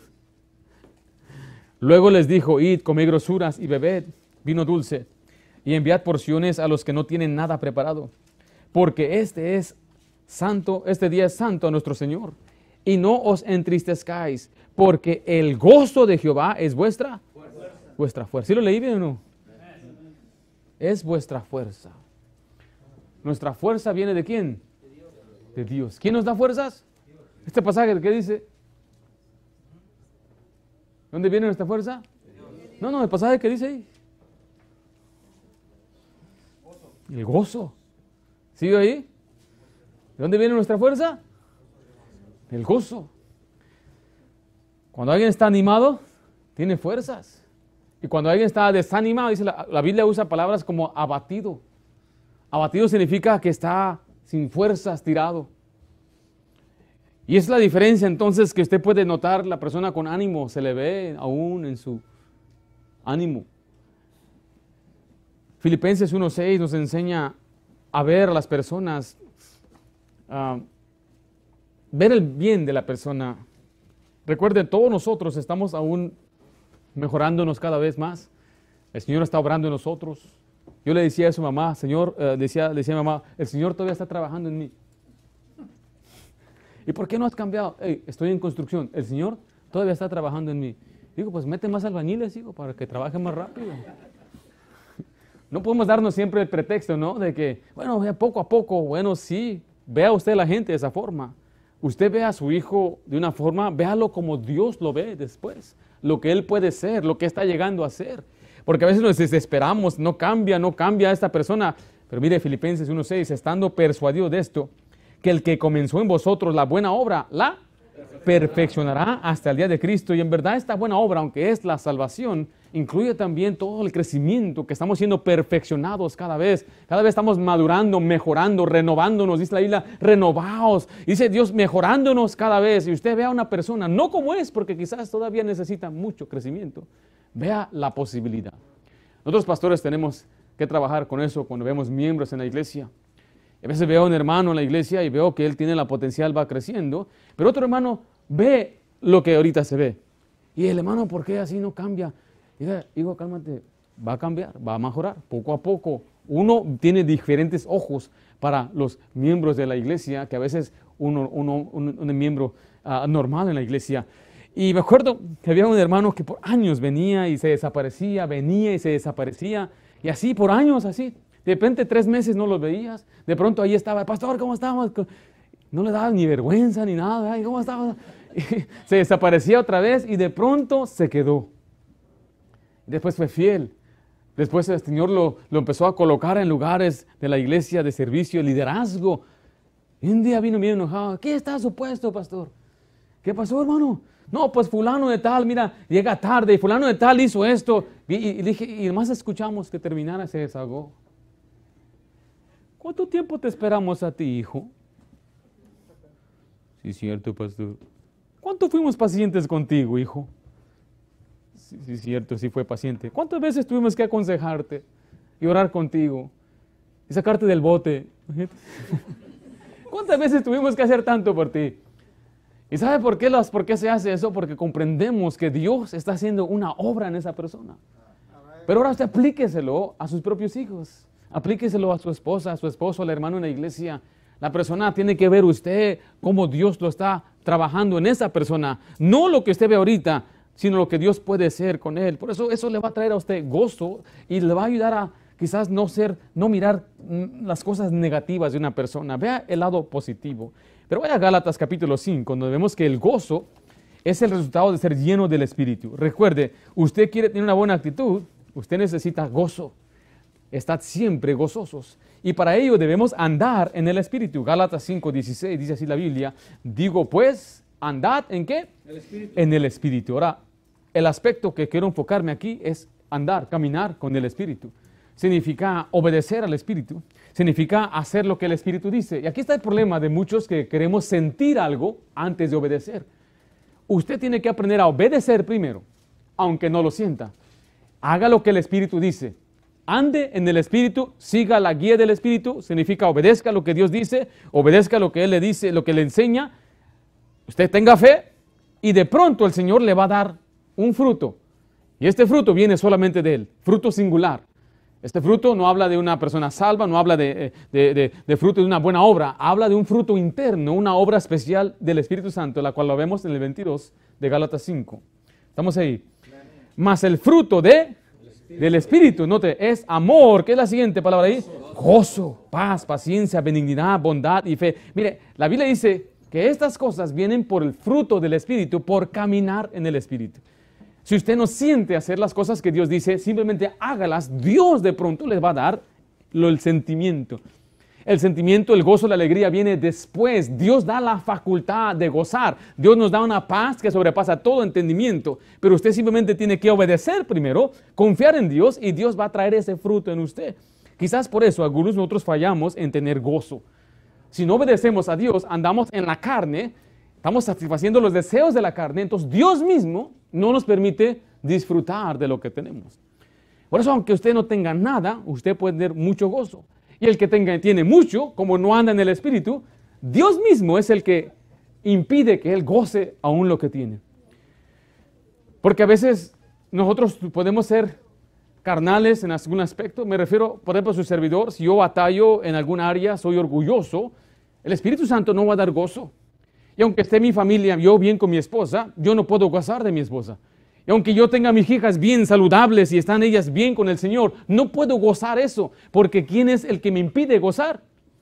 Luego les dijo, id, comed grosuras y bebed vino dulce, y enviad porciones a los que no tienen nada preparado, porque este día es santo a nuestro Señor. Y no os entristezcáis, porque el gozo de Jehová es vuestra fuerza. ¿Sí lo leí bien o no? Es vuestra fuerza. Nuestra fuerza viene ¿de quién? De Dios. ¿Quién nos da fuerzas? Este pasaje, ¿qué dice? ¿Dónde viene nuestra fuerza? No, el pasaje que dice ahí. El gozo. ¿Sigue ahí? ¿De dónde viene nuestra fuerza? El gozo. Cuando alguien está animado, tiene fuerzas. Y cuando alguien está desanimado, dice la Biblia usa palabras como abatido. Abatido significa que está sin fuerzas, tirado. Y es la diferencia entonces que usted puede notar, la persona con ánimo, se le ve aún en su ánimo. Filipenses 1:6 nos enseña a ver a las personas, ver el bien de la persona. Recuerden, todos nosotros estamos aún mejorándonos cada vez más. El Señor está obrando en nosotros. Yo le decía a su mamá, Señor, decía a mi mamá, el Señor todavía está trabajando en mí. ¿Y por qué no has cambiado? Estoy en construcción. El Señor todavía está trabajando en mí. Digo, pues mete más albañiles, hijo, para que trabaje más rápido. No podemos darnos siempre el pretexto, ¿no? De que, bueno, poco a poco, bueno, sí, vea usted a la gente de esa forma. Usted ve a su hijo de una forma, véalo como Dios lo ve después. Lo que él puede ser, lo que está llegando a ser. Porque a veces nos desesperamos, no cambia esta persona. Pero mire Filipenses 1:6, estando persuadido de esto, que el que comenzó en vosotros la buena obra, la perfeccionará hasta el día de Cristo. Y en verdad esta buena obra, aunque es la salvación, incluye también todo el crecimiento, que estamos siendo perfeccionados cada vez estamos madurando, mejorando, renovándonos. Dice la Biblia, renovaos. Dice Dios, mejorándonos cada vez. Y usted vea a una persona, no como es, porque quizás todavía necesita mucho crecimiento. Vea la posibilidad. Nosotros pastores tenemos que trabajar con eso cuando vemos miembros en la iglesia. A veces veo a un hermano en la iglesia y veo que él tiene la potencial, va creciendo, pero otro hermano ve lo que ahorita se ve. Y el hermano, ¿por qué así no cambia? Digo, cálmate, va a cambiar, va a mejorar poco a poco. Uno tiene diferentes ojos para los miembros de la iglesia, que a veces un miembro normal en la iglesia. Y me acuerdo que había un hermano que por años venía y se desaparecía, venía y se desaparecía, y así por años, así. De repente 3 meses no los veías, de pronto ahí estaba, pastor, ¿cómo estamos? No le daba ni vergüenza ni nada. Ay, ¿cómo estamos? Se desaparecía otra vez y de pronto se quedó. Después fue fiel. Después el Señor lo empezó a colocar en lugares de la iglesia de servicio, liderazgo. Y un día vino bien enojado. ¿Qué está supuesto, pastor? ¿Qué pasó, hermano? No, pues fulano de tal, mira, llega tarde y fulano de tal hizo esto. Y dije, y además escuchamos que terminara, se desahogó. ¿Cuánto tiempo te esperamos a ti, hijo? Sí, cierto, pastor. ¿Cuánto fuimos pacientes contigo, hijo? Sí, cierto, sí fue paciente. ¿Cuántas veces tuvimos que aconsejarte y orar contigo y sacarte del bote? ¿Cuántas veces tuvimos que hacer tanto por ti? ¿Y sabe por qué se hace eso? Porque comprendemos que Dios está haciendo una obra en esa persona. Pero ahora usted aplíqueselo a sus propios hijos. Aplíqueselo a su esposa, a su esposo, al hermano en la iglesia. La persona tiene que ver usted cómo Dios lo está trabajando en esa persona. No lo que usted ve ahorita, sino lo que Dios puede hacer con él. Por eso le va a traer a usted gozo y le va a ayudar a quizás no mirar las cosas negativas de una persona. Vea el lado positivo. Pero vaya a Gálatas capítulo 5, donde vemos que el gozo es el resultado de ser lleno del Espíritu. Recuerde, usted quiere tener una buena actitud, usted necesita gozo. Estad siempre gozosos. Y para ello debemos andar en el Espíritu. Gálatas 5:16 dice así la Biblia. Digo pues, andad ¿en qué? En el Espíritu. Ahora, el aspecto que quiero enfocarme aquí es andar, caminar con el Espíritu. Significa obedecer al Espíritu. Significa hacer lo que el Espíritu dice. Y aquí está el problema de muchos que queremos sentir algo antes de obedecer. Usted tiene que aprender a obedecer primero, aunque no lo sienta. Haga lo que el Espíritu dice. Ande en el Espíritu, siga la guía del Espíritu, significa obedezca lo que Dios dice, obedezca lo que Él le dice, lo que le enseña. Usted tenga fe y de pronto el Señor le va a dar un fruto. Y este fruto viene solamente de Él, fruto singular. Este fruto no habla de una persona salva, no habla de fruto de una buena obra, habla de un fruto interno, una obra especial del Espíritu Santo, la cual lo vemos en el 22 de Gálatas 5. ¿Estamos ahí? Más el fruto del Espíritu, note, es amor. ¿Qué es la siguiente palabra ahí? Gozo, paz, paciencia, benignidad, bondad y fe. Mire, la Biblia dice que estas cosas vienen por el fruto del Espíritu, por caminar en el Espíritu. Si usted no siente hacer las cosas que Dios dice, simplemente hágalas. Dios de pronto les va a dar el sentimiento. El sentimiento, el gozo, la alegría viene después. Dios da la facultad de gozar. Dios nos da una paz que sobrepasa todo entendimiento. Pero usted simplemente tiene que obedecer primero, confiar en Dios y Dios va a traer ese fruto en usted. Quizás por eso algunos de nosotros fallamos en tener gozo. Si no obedecemos a Dios, andamos en la carne, estamos satisfaciendo los deseos de la carne, entonces Dios mismo no nos permite disfrutar de lo que tenemos. Por eso, aunque usted no tenga nada, usted puede tener mucho gozo. Y el que tiene mucho, como no anda en el Espíritu, Dios mismo es el que impide que él goce aún lo que tiene. Porque a veces nosotros podemos ser carnales en algún aspecto. Me refiero, por ejemplo, a su servidor. Si yo batallo en algún área, soy orgulloso, el Espíritu Santo no va a dar gozo. Y aunque esté mi familia, yo bien con mi esposa, yo no puedo gozar de mi esposa. Y aunque yo tenga mis hijas bien saludables y están ellas bien con el Señor, no puedo gozar eso, porque ¿quién es el que me impide gozar?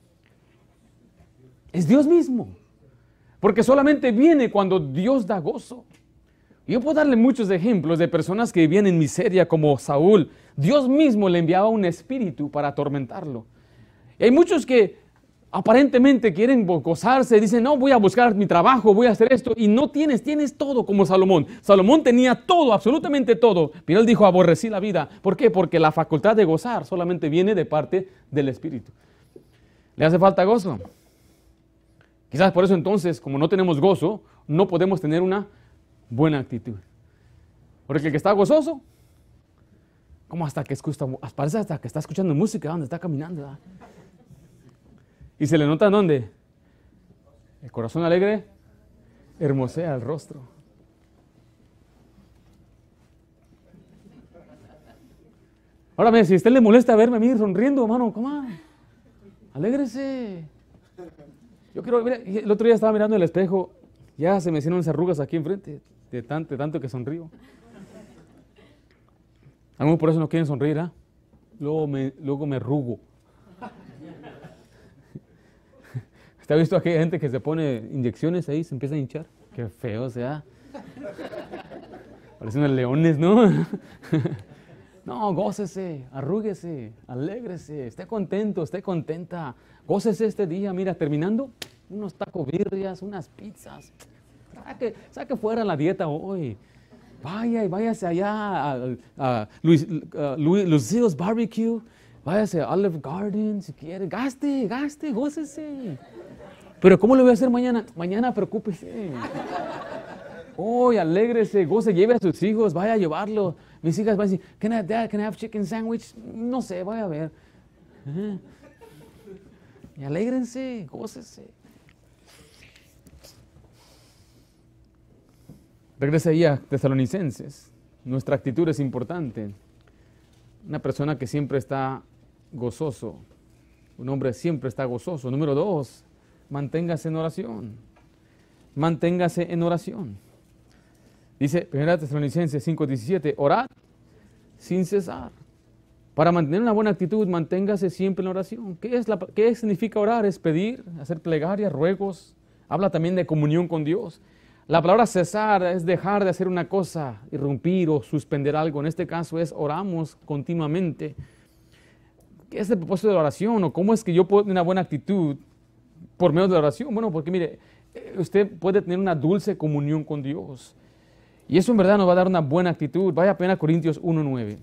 Es Dios mismo. Porque solamente viene cuando Dios da gozo. Yo puedo darle muchos ejemplos de personas que vivían en miseria como Saúl. Dios mismo le enviaba un espíritu para atormentarlo. Y hay muchos que aparentemente quieren gozarse, dicen, no, voy a buscar mi trabajo, voy a hacer esto, y no tienes todo como Salomón. Salomón tenía todo, absolutamente todo, pero él dijo, aborrecí la vida. ¿Por qué? Porque la facultad de gozar solamente viene de parte del Espíritu. ¿Le hace falta gozo? Quizás por eso entonces, como no tenemos gozo, no podemos tener una buena actitud. Porque el que está gozoso, como parece hasta que está escuchando música, donde está caminando, ¿verdad? Y se le nota en dónde. El corazón alegre hermosea el rostro. Ahora, si a usted le molesta verme a mí sonriendo, hermano, ¿cómo? Alégrese. Yo quiero, mira, el otro día estaba mirando el espejo, ya se me hicieron unas arrugas aquí enfrente, de tanto que sonrío. Algunos por eso no quieren sonreír, ¿ah? Luego me arrugo. ¿Usted ha visto a aquella gente que se pone inyecciones ahí y se empieza a hinchar? Qué feo, o sea. Parecen unos leones, ¿no? No, gócese, arrúguese, alégrese, esté contento, esté contenta. Gócese este día, mira, terminando, unos tacos birrias, unas pizzas. Saque fuera la dieta hoy. Váyase allá a Lucille's Barbecue. Váyase a Olive Garden si quiere. Gaste, gócese. Pero ¿cómo lo voy a hacer mañana? Mañana preocúpese. Hoy alégrese, goce, lleve a sus hijos, vaya a llevarlo. Mis hijas van a decir, can I have chicken sandwich? No sé, voy a ver. Y alégrense, gócese. Regresa ahí a Tesalonicenses. Nuestra actitud es importante. Una persona que siempre está gozoso. Un hombre siempre está gozoso. Número 2, manténgase en oración. Manténgase en oración. Dice 1 Tesalonicenses 5:17, orad sin cesar. Para mantener una buena actitud, manténgase siempre en oración. ¿Qué significa orar? Es pedir, hacer plegarias, ruegos. Habla también de comunión con Dios. La palabra cesar es dejar de hacer una cosa, irrumpir o suspender algo. En este caso es oramos continuamente. ¿Qué es el propósito de la oración? ¿O cómo es que yo puedo tener una buena actitud por medio de la oración? Bueno, porque mire, usted puede tener una dulce comunión con Dios. Y eso en verdad nos va a dar una buena actitud. Vaya a 1 Corintios 1:9.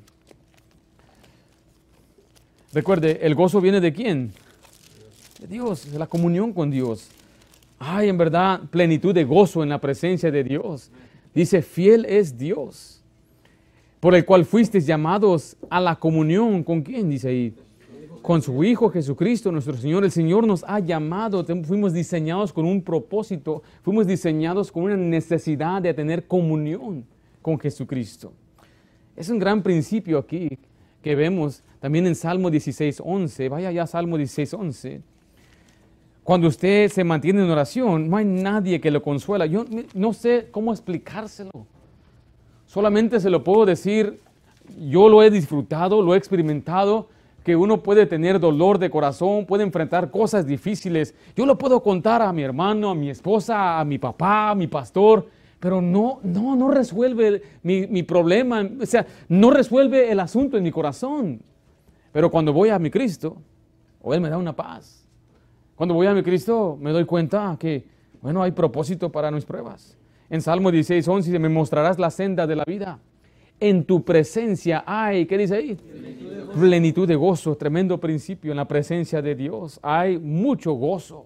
Recuerde, el gozo viene ¿de quién? De Dios, de la comunión con Dios. Hay en verdad plenitud de gozo en la presencia de Dios. Dice, fiel es Dios, por el cual fuisteis llamados a la comunión. ¿Con quién? Dice ahí. Con su Hijo Jesucristo, nuestro Señor. El Señor nos ha llamado, fuimos diseñados con un propósito, fuimos diseñados con una necesidad de tener comunión con Jesucristo. Es un gran principio aquí que vemos también en Salmo 16:11. Vaya ya a Salmo 16:11. Cuando usted se mantiene en oración, no hay nadie que lo consuela. Yo no sé cómo explicárselo. Solamente se lo puedo decir, yo lo he disfrutado, lo he experimentado, que uno puede tener dolor de corazón, puede enfrentar cosas difíciles. Yo lo puedo contar a mi hermano, a mi esposa, a mi papá, a mi pastor, pero no resuelve mi problema, o sea, no resuelve el asunto en mi corazón. Pero cuando voy a mi Cristo, Él me da una paz. Cuando voy a mi Cristo, me doy cuenta que, bueno, hay propósito para mis pruebas. En Salmo 16:11 dice, me mostrarás la senda de la vida. En tu presencia hay, ¿qué dice ahí? Plenitud de gozo, tremendo principio. En la presencia de Dios hay mucho gozo.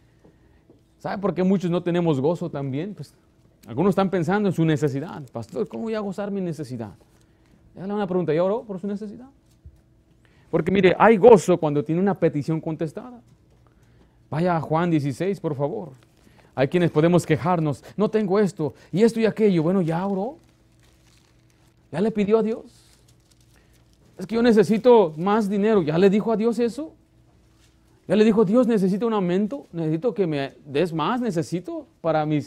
¿Sabe por qué muchos no tenemos gozo también? Pues algunos están pensando en su necesidad. Pastor, ¿cómo voy a gozar mi necesidad? Déjale una pregunta, ¿ya oró por su necesidad? Porque mire, hay gozo cuando tiene una petición contestada. Vaya a Juan 16, por favor. Hay quienes podemos quejarnos, no tengo esto y aquello. Bueno, ya oró. ¿Ya le pidió a Dios? Es que yo necesito más dinero. ¿Ya le dijo a Dios eso? ¿Ya le dijo, Dios, necesito un aumento? ¿Necesito que me des más? ¿Necesito para mi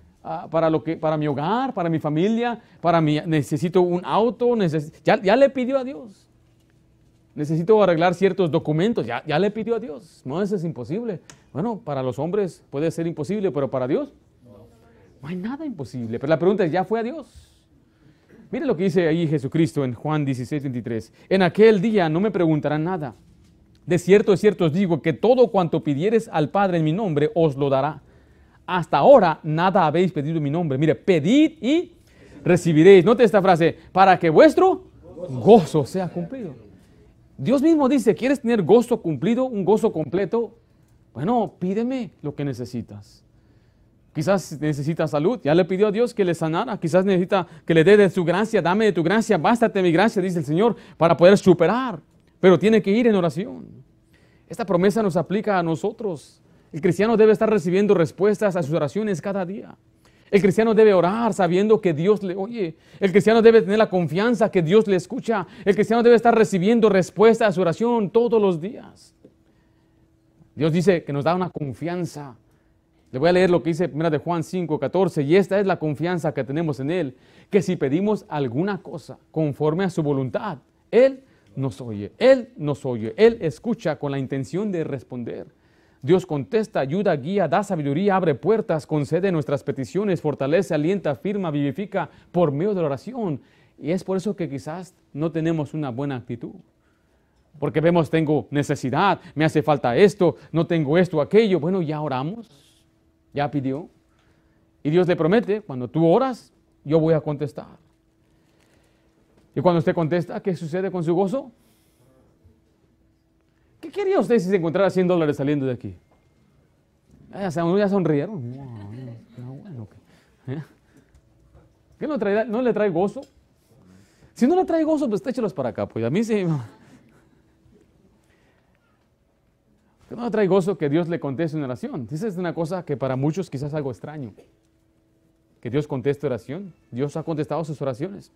hogar, para mi familia? ¿Necesito un auto? ¿Ya le pidió a Dios? ¿Necesito arreglar ciertos documentos? ¿Ya le pidió a Dios? No, eso es imposible. Bueno, para los hombres puede ser imposible, pero para Dios no hay nada imposible. Pero la pregunta es, ¿ya fue a Dios? Mire lo que dice ahí Jesucristo en Juan 16:23. En aquel día no me preguntarán nada. De cierto os digo que todo cuanto pidiereis al Padre en mi nombre os lo dará. Hasta ahora nada habéis pedido en mi nombre. Mire, pedid y recibiréis. Note esta frase, para que vuestro gozo sea cumplido. Dios mismo dice, ¿quieres tener gozo cumplido, un gozo completo? Bueno, pídeme lo que necesitas. Quizás necesita salud, ya le pidió a Dios que le sanara. Quizás necesita que le dé de su gracia, dame de tu gracia, bástate mi gracia, dice el Señor, para poder superar. Pero tiene que ir en oración. Esta promesa nos aplica a nosotros. El cristiano debe estar recibiendo respuestas a sus oraciones cada día. El cristiano debe orar sabiendo que Dios le oye. El cristiano debe tener la confianza que Dios le escucha. El cristiano debe estar recibiendo respuestas a su oración todos los días. Dios dice que nos da una confianza. Le voy a leer lo que dice 1 de Juan 5:14. Y esta es la confianza que tenemos en Él. Que si pedimos alguna cosa conforme a su voluntad, Él nos oye. Él nos oye. Él escucha con la intención de responder. Dios contesta, ayuda, guía, da sabiduría, abre puertas, concede nuestras peticiones, fortalece, alienta, afirma, vivifica por medio de la oración. Y es por eso que quizás no tenemos una buena actitud. Porque vemos, tengo necesidad, me hace falta esto, no tengo esto, aquello. Bueno, ya oramos, ya pidió. Y Dios le promete, cuando tú oras, yo voy a contestar. Y cuando usted contesta, ¿qué sucede con su gozo? ¿Qué quería usted si se encontrara $100 saliendo de aquí? Ya sonrieron. ¿Qué no le trae gozo? Si no le trae gozo, pues échelos para acá. Pues a mí sí. ¿Qué no le trae gozo que Dios le conteste una oración? Esa es una cosa que para muchos quizás es algo extraño. que Dios conteste oración. Dios ha contestado sus oraciones.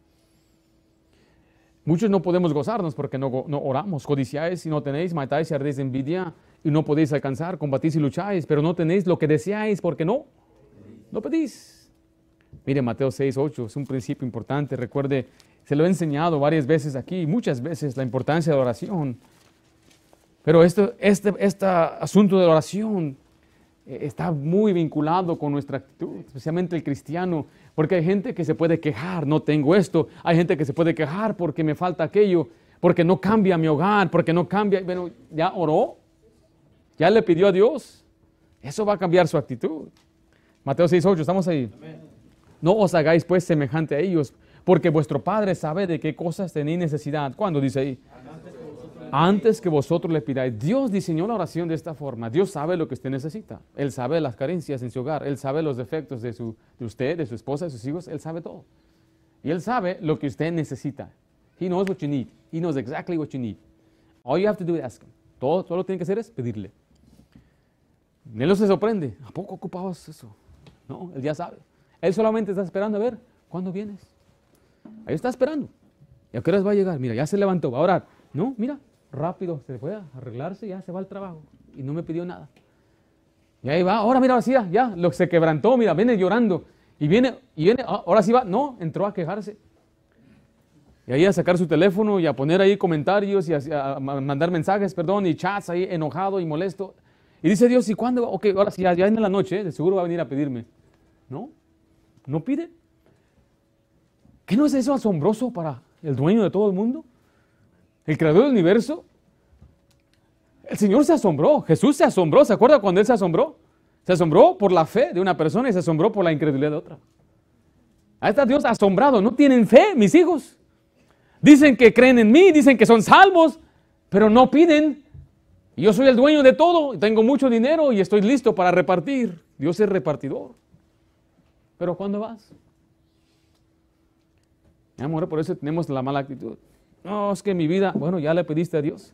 Muchos no podemos gozarnos porque no oramos. Codiciáis y no tenéis, matáis y ardéis de envidia y no podéis alcanzar, combatís y lucháis, pero no tenéis lo que deseáis porque no pedís. Mire, Mateo 6, 8 es un principio importante. Recuerde, se lo he enseñado varias veces aquí, muchas veces, la importancia de la oración. Pero este asunto de la oración está muy vinculado con nuestra actitud, especialmente el cristiano, porque hay gente que se puede quejar, no tengo esto, hay gente que se puede quejar porque me falta aquello, porque no cambia mi hogar, porque no cambia, pero ya oró, ya le pidió a Dios, eso va a cambiar su actitud. Mateo 6:8, ¿estamos ahí? Amén. No os hagáis pues semejante a ellos, porque vuestro Padre sabe de qué cosas tenéis necesidad. ¿Cuándo dice ahí? Antes que vosotros le pidáis. Dios diseñó la oración de esta forma. Dios sabe lo que usted necesita. Él sabe las carencias en su hogar. Él sabe los defectos de usted, de su esposa, de sus hijos. Él sabe todo. Y Él sabe lo que usted necesita. He knows what you need. He knows exactly what you need. All you have to do is ask Him. Todo lo que tiene que hacer es pedirle. Él no se sorprende. ¿A poco ocupabas eso? No, Él ya sabe. Él solamente está esperando a ver cuándo vienes. Ahí está esperando. ¿Y a qué horas va a llegar? Mira, ya se levantó, va a orar. No, mira, rápido, se fue a arreglarse, ya se va al trabajo. Y no me pidió nada. Y ahí va, ahora mira, así ya, lo que se quebrantó, mira, viene llorando. Y viene, ahora sí va, no, entró a quejarse. Y ahí a sacar su teléfono y a poner ahí comentarios y a mandar mensajes, y chats ahí enojado y molesto. Y dice Dios, ¿y cuándo? Ok, ahora sí, ya en la noche, de seguro va a venir a pedirme. No pide. ¿Qué no es eso asombroso para el dueño de todo el mundo? El creador del universo. El Señor se asombró, Jesús se asombró. ¿Se acuerda cuando Él se asombró? Se asombró por la fe de una persona y se asombró por la incredulidad de otra. Ahí está Dios asombrado. No tienen fe, mis hijos. Dicen que creen en mí, dicen que son salvos, pero no piden. Y yo soy el dueño de todo, tengo mucho dinero y estoy listo para repartir. Dios es repartidor. Pero ¿cuándo vas? Mi amor, por eso tenemos la mala actitud. No, es que mi vida, bueno, ya le pediste a Dios.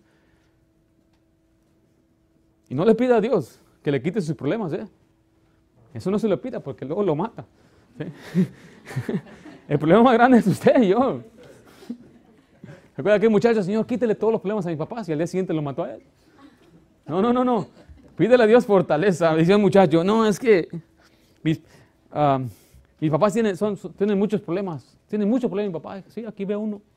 Y no le pida a Dios que le quite sus problemas, ¿eh? Eso no se lo pida porque luego lo mata. ¿Sí? El problema más grande es usted y yo. ¿Recuerda que muchacho, Señor, quítele todos los problemas a mis papás y al día siguiente lo mató a él? No. Pídele a Dios fortaleza. Dice el muchacho, no, es que mis papás tienen muchos problemas. Tienen muchos problemas mi papá. Sí, aquí veo uno.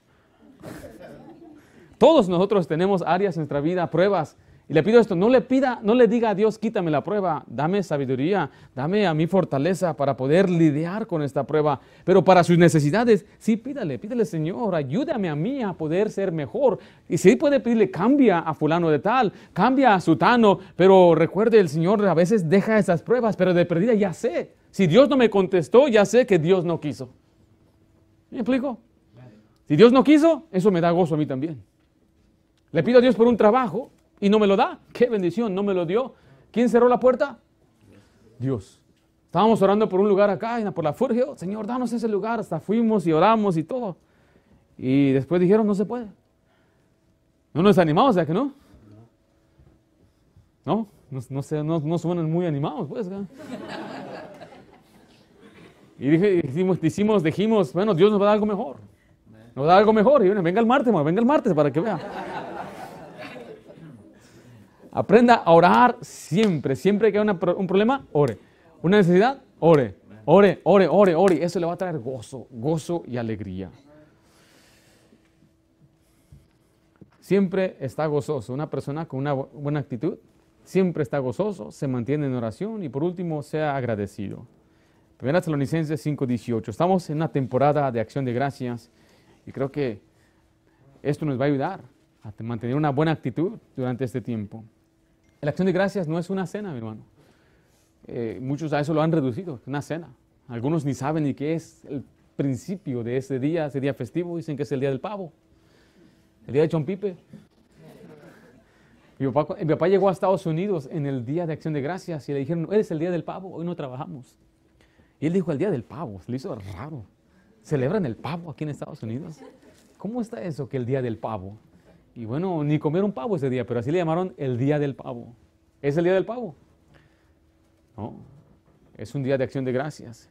Todos nosotros tenemos áreas en nuestra vida, pruebas. Y le pido esto, no le diga a Dios, quítame la prueba, dame sabiduría, dame a mí fortaleza para poder lidiar con esta prueba. Pero para sus necesidades, sí, pídale, Señor, ayúdame a mí a poder ser mejor. Y si puede pedirle, cambia a fulano de tal, cambia a sutano, pero recuerde, el Señor a veces deja esas pruebas, pero de perdida ya sé. Si Dios no me contestó, ya sé que Dios no quiso. ¿Me explico? Si Dios no quiso, eso me da gozo a mí también. Le pido a Dios por un trabajo y no me lo da. ¡Qué bendición! No me lo dio. ¿Quién cerró la puerta? Dios. Estábamos orando por un lugar acá, por la Furgio. Señor, danos ese lugar. Hasta fuimos y oramos y todo. Y después dijeron, no se puede. No nos animamos, ¿ya que no? No suenan muy animados, pues. Y dijimos, bueno, Dios nos va a dar algo mejor. Nos va a dar algo mejor. Y bueno, venga el martes para que vea. Aprenda a orar siempre. Siempre que haya un problema, ore. Una necesidad, ore. Ore. Eso le va a traer gozo y alegría. Siempre está gozoso. Una persona con una buena actitud siempre está gozoso, se mantiene en oración y por último, sea agradecido. 1 Tesalonicenses 5:18. Estamos en una temporada de acción de gracias y creo que esto nos va a ayudar a mantener una buena actitud durante este tiempo. La acción de gracias no es una cena, mi hermano. Muchos a eso lo han reducido, una cena. Algunos ni saben ni qué es el principio de ese día festivo. Dicen que es el día del pavo, el día de Chompipe. Mi papá llegó a Estados Unidos en el día de acción de gracias y le dijeron, es el día del pavo, hoy no trabajamos. Y él dijo, el día del pavo, se le hizo raro. ¿Celebran el pavo aquí en Estados Unidos? ¿Cómo está eso que el día del pavo? Y bueno, ni comieron pavo ese día, pero así le llamaron el día del pavo. ¿Es el día del pavo? No, es un día de acción de gracias.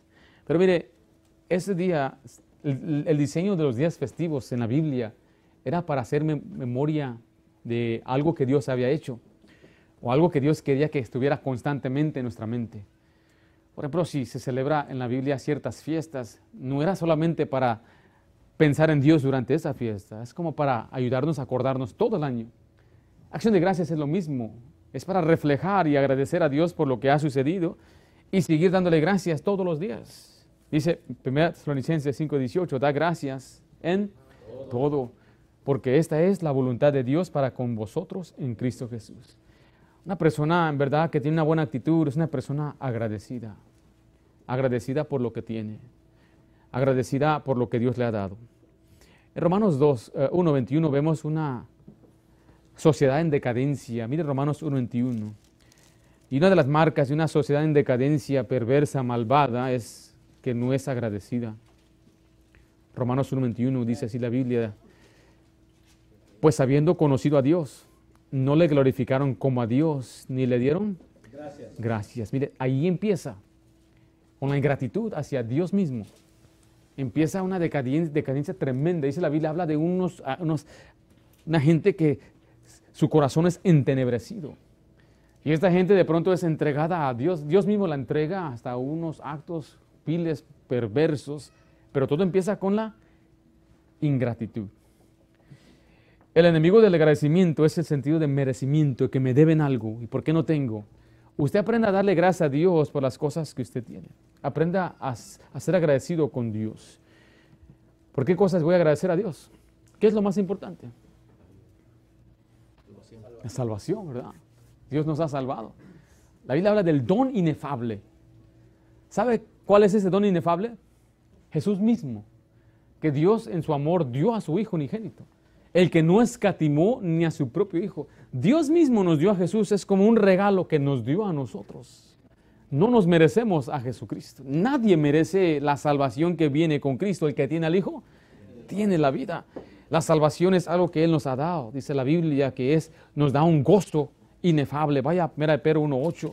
Pero mire, ese día, el diseño de los días festivos en la Biblia era para hacer memoria de algo que Dios había hecho o algo que Dios quería que estuviera constantemente en nuestra mente. Por ejemplo, si se celebra en la Biblia ciertas fiestas, no era solamente para pensar en Dios durante esa fiesta, es como para ayudarnos a acordarnos todo el año. Acción de Gracias es lo mismo, es para reflejar y agradecer a Dios por lo que ha sucedido y seguir dándole gracias todos los días. Dice 1 Tesalonicenses 5:18, da gracias en todo, porque esta es la voluntad de Dios para con vosotros en Cristo Jesús. Una persona en verdad que tiene una buena actitud es una persona agradecida, agradecida por lo que tiene, agradecida por lo que Dios le ha dado. En Romanos 1:21 vemos una sociedad en decadencia. Mire Romanos 1:21. Y una de las marcas de una sociedad en decadencia, perversa, malvada, es que no es agradecida. Romanos 1:21 dice así la Biblia: pues habiendo conocido a Dios, no le glorificaron como a Dios, ni le dieron gracias. Mire, ahí empieza, con la ingratitud hacia Dios mismo. Empieza una decadencia tremenda. Dice la Biblia, habla de una gente que su corazón es entenebrecido. Y esta gente de pronto es entregada a Dios. Dios mismo la entrega hasta unos actos viles, perversos. Pero todo empieza con la ingratitud. El enemigo del agradecimiento es el sentido de merecimiento, que me deben algo. ¿Y por qué no tengo? Usted aprenda a darle gracias a Dios por las cosas que usted tiene. Aprenda a ser agradecido con Dios. ¿Por qué cosas voy a agradecer a Dios? ¿Qué es lo más importante? La salvación, ¿verdad? Dios nos ha salvado. La Biblia habla del don inefable. ¿Sabe cuál es ese don inefable? Jesús mismo, que Dios en su amor dio a su Hijo unigénito. El que no escatimó ni a su propio Hijo. Dios mismo nos dio a Jesús, es como un regalo que nos dio a nosotros. No nos merecemos a Jesucristo. Nadie merece la salvación que viene con Cristo. El que tiene al Hijo, tiene la vida. La salvación es algo que Él nos ha dado. Dice la Biblia que nos da un gozo inefable. Vaya a 1 Pedro 1:8.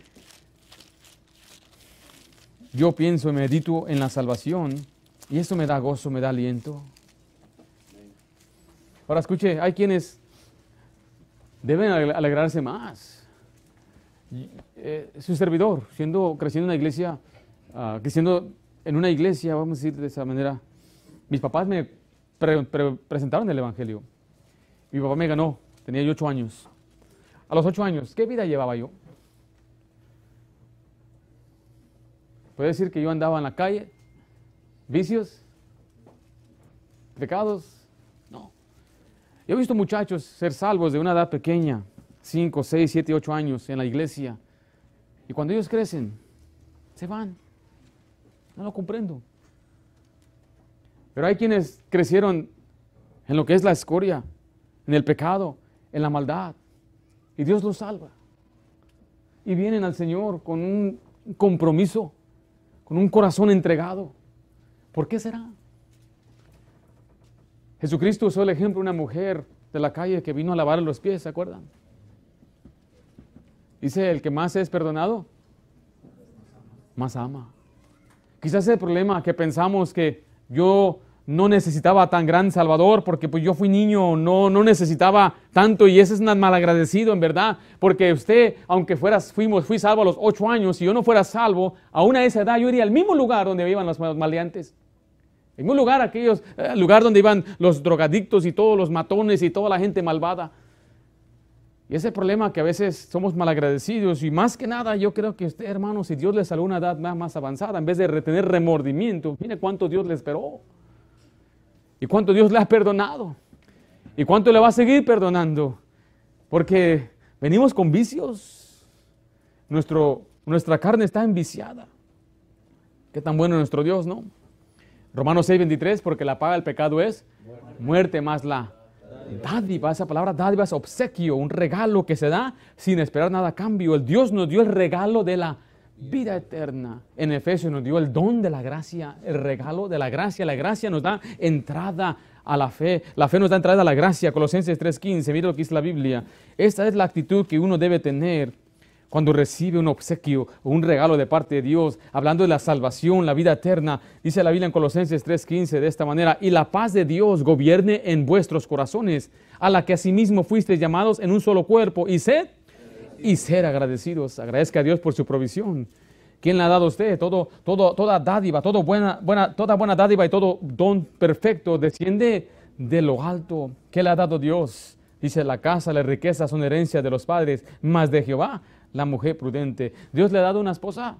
Yo pienso y medito en la salvación y eso me da gozo, me da aliento. Ahora escuche, hay quienes deben alegrarse más. Su servidor, creciendo en una iglesia, creciendo en una iglesia, vamos a decir de esa manera, mis papás me presentaron el Evangelio. Mi papá me ganó, tenía yo 8 años. A los 8 años, ¿qué vida llevaba yo? Puede decir que yo andaba en la calle, vicios, pecados. No. Yo he visto muchachos ser salvos de una edad pequeña, 5, 6, 7, 8 años en la iglesia. Y cuando ellos crecen, se van. No lo comprendo. Pero hay quienes crecieron en lo que es la escoria, en el pecado, en la maldad. Y Dios los salva. Y vienen al Señor con un compromiso, con un corazón entregado. ¿Por qué será? Jesucristo usó el ejemplo de una mujer de la calle que vino a lavar los pies, ¿se acuerdan? Dice, el que más es perdonado, más ama. Quizás el problema que pensamos que yo no necesitaba tan gran Salvador porque pues yo fui niño, no necesitaba tanto, y ese es un malagradecido en verdad, porque usted, aunque fui salvo a los 8 años, si yo no fuera salvo, aún a esa edad yo iría al mismo lugar donde iban los maleantes. El mismo lugar, lugar donde iban los drogadictos y todos los matones y toda la gente malvada. Y ese problema que a veces somos malagradecidos, y más que nada yo creo que usted, hermano, si Dios le salvó a una edad más avanzada, en vez de retener remordimiento, mire cuánto Dios le esperó. Y cuánto Dios le ha perdonado. Y cuánto le va a seguir perdonando. Porque venimos con vicios. Nuestra carne está enviciada. Qué tan bueno es nuestro Dios, ¿no? Romanos 6:23, porque la paga del pecado es muerte, más la dádiva. Esa palabra dádiva es obsequio, un regalo que se da sin esperar nada a cambio. El Dios nos dio el regalo de la vida eterna. En Efesios nos dio el don de la gracia, el regalo de la gracia. La gracia nos da entrada a la fe. La fe nos da entrada a la gracia. Colosenses 3:15, mira lo que dice la Biblia. Esta es la actitud que uno debe tener cuando recibe un obsequio o un regalo de parte de Dios, hablando de la salvación, la vida eterna, dice la Biblia en Colosenses 3:15 de esta manera, y la paz de Dios gobierne en vuestros corazones, a la que asimismo fuisteis llamados en un solo cuerpo, y ser agradecidos. Agradezca a Dios por su provisión. ¿Quién le ha dado a usted? Toda dádiva, toda buena dádiva y todo don perfecto desciende de lo alto. ¿Qué le ha dado Dios? Dice, la casa, la riqueza son herencia de los padres, mas de Jehová la mujer prudente. Dios le ha dado una esposa.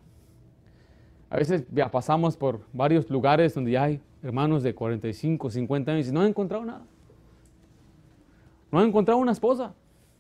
A veces ya pasamos por varios lugares donde hay hermanos de 45, 50 años y no han encontrado nada. No han encontrado una esposa.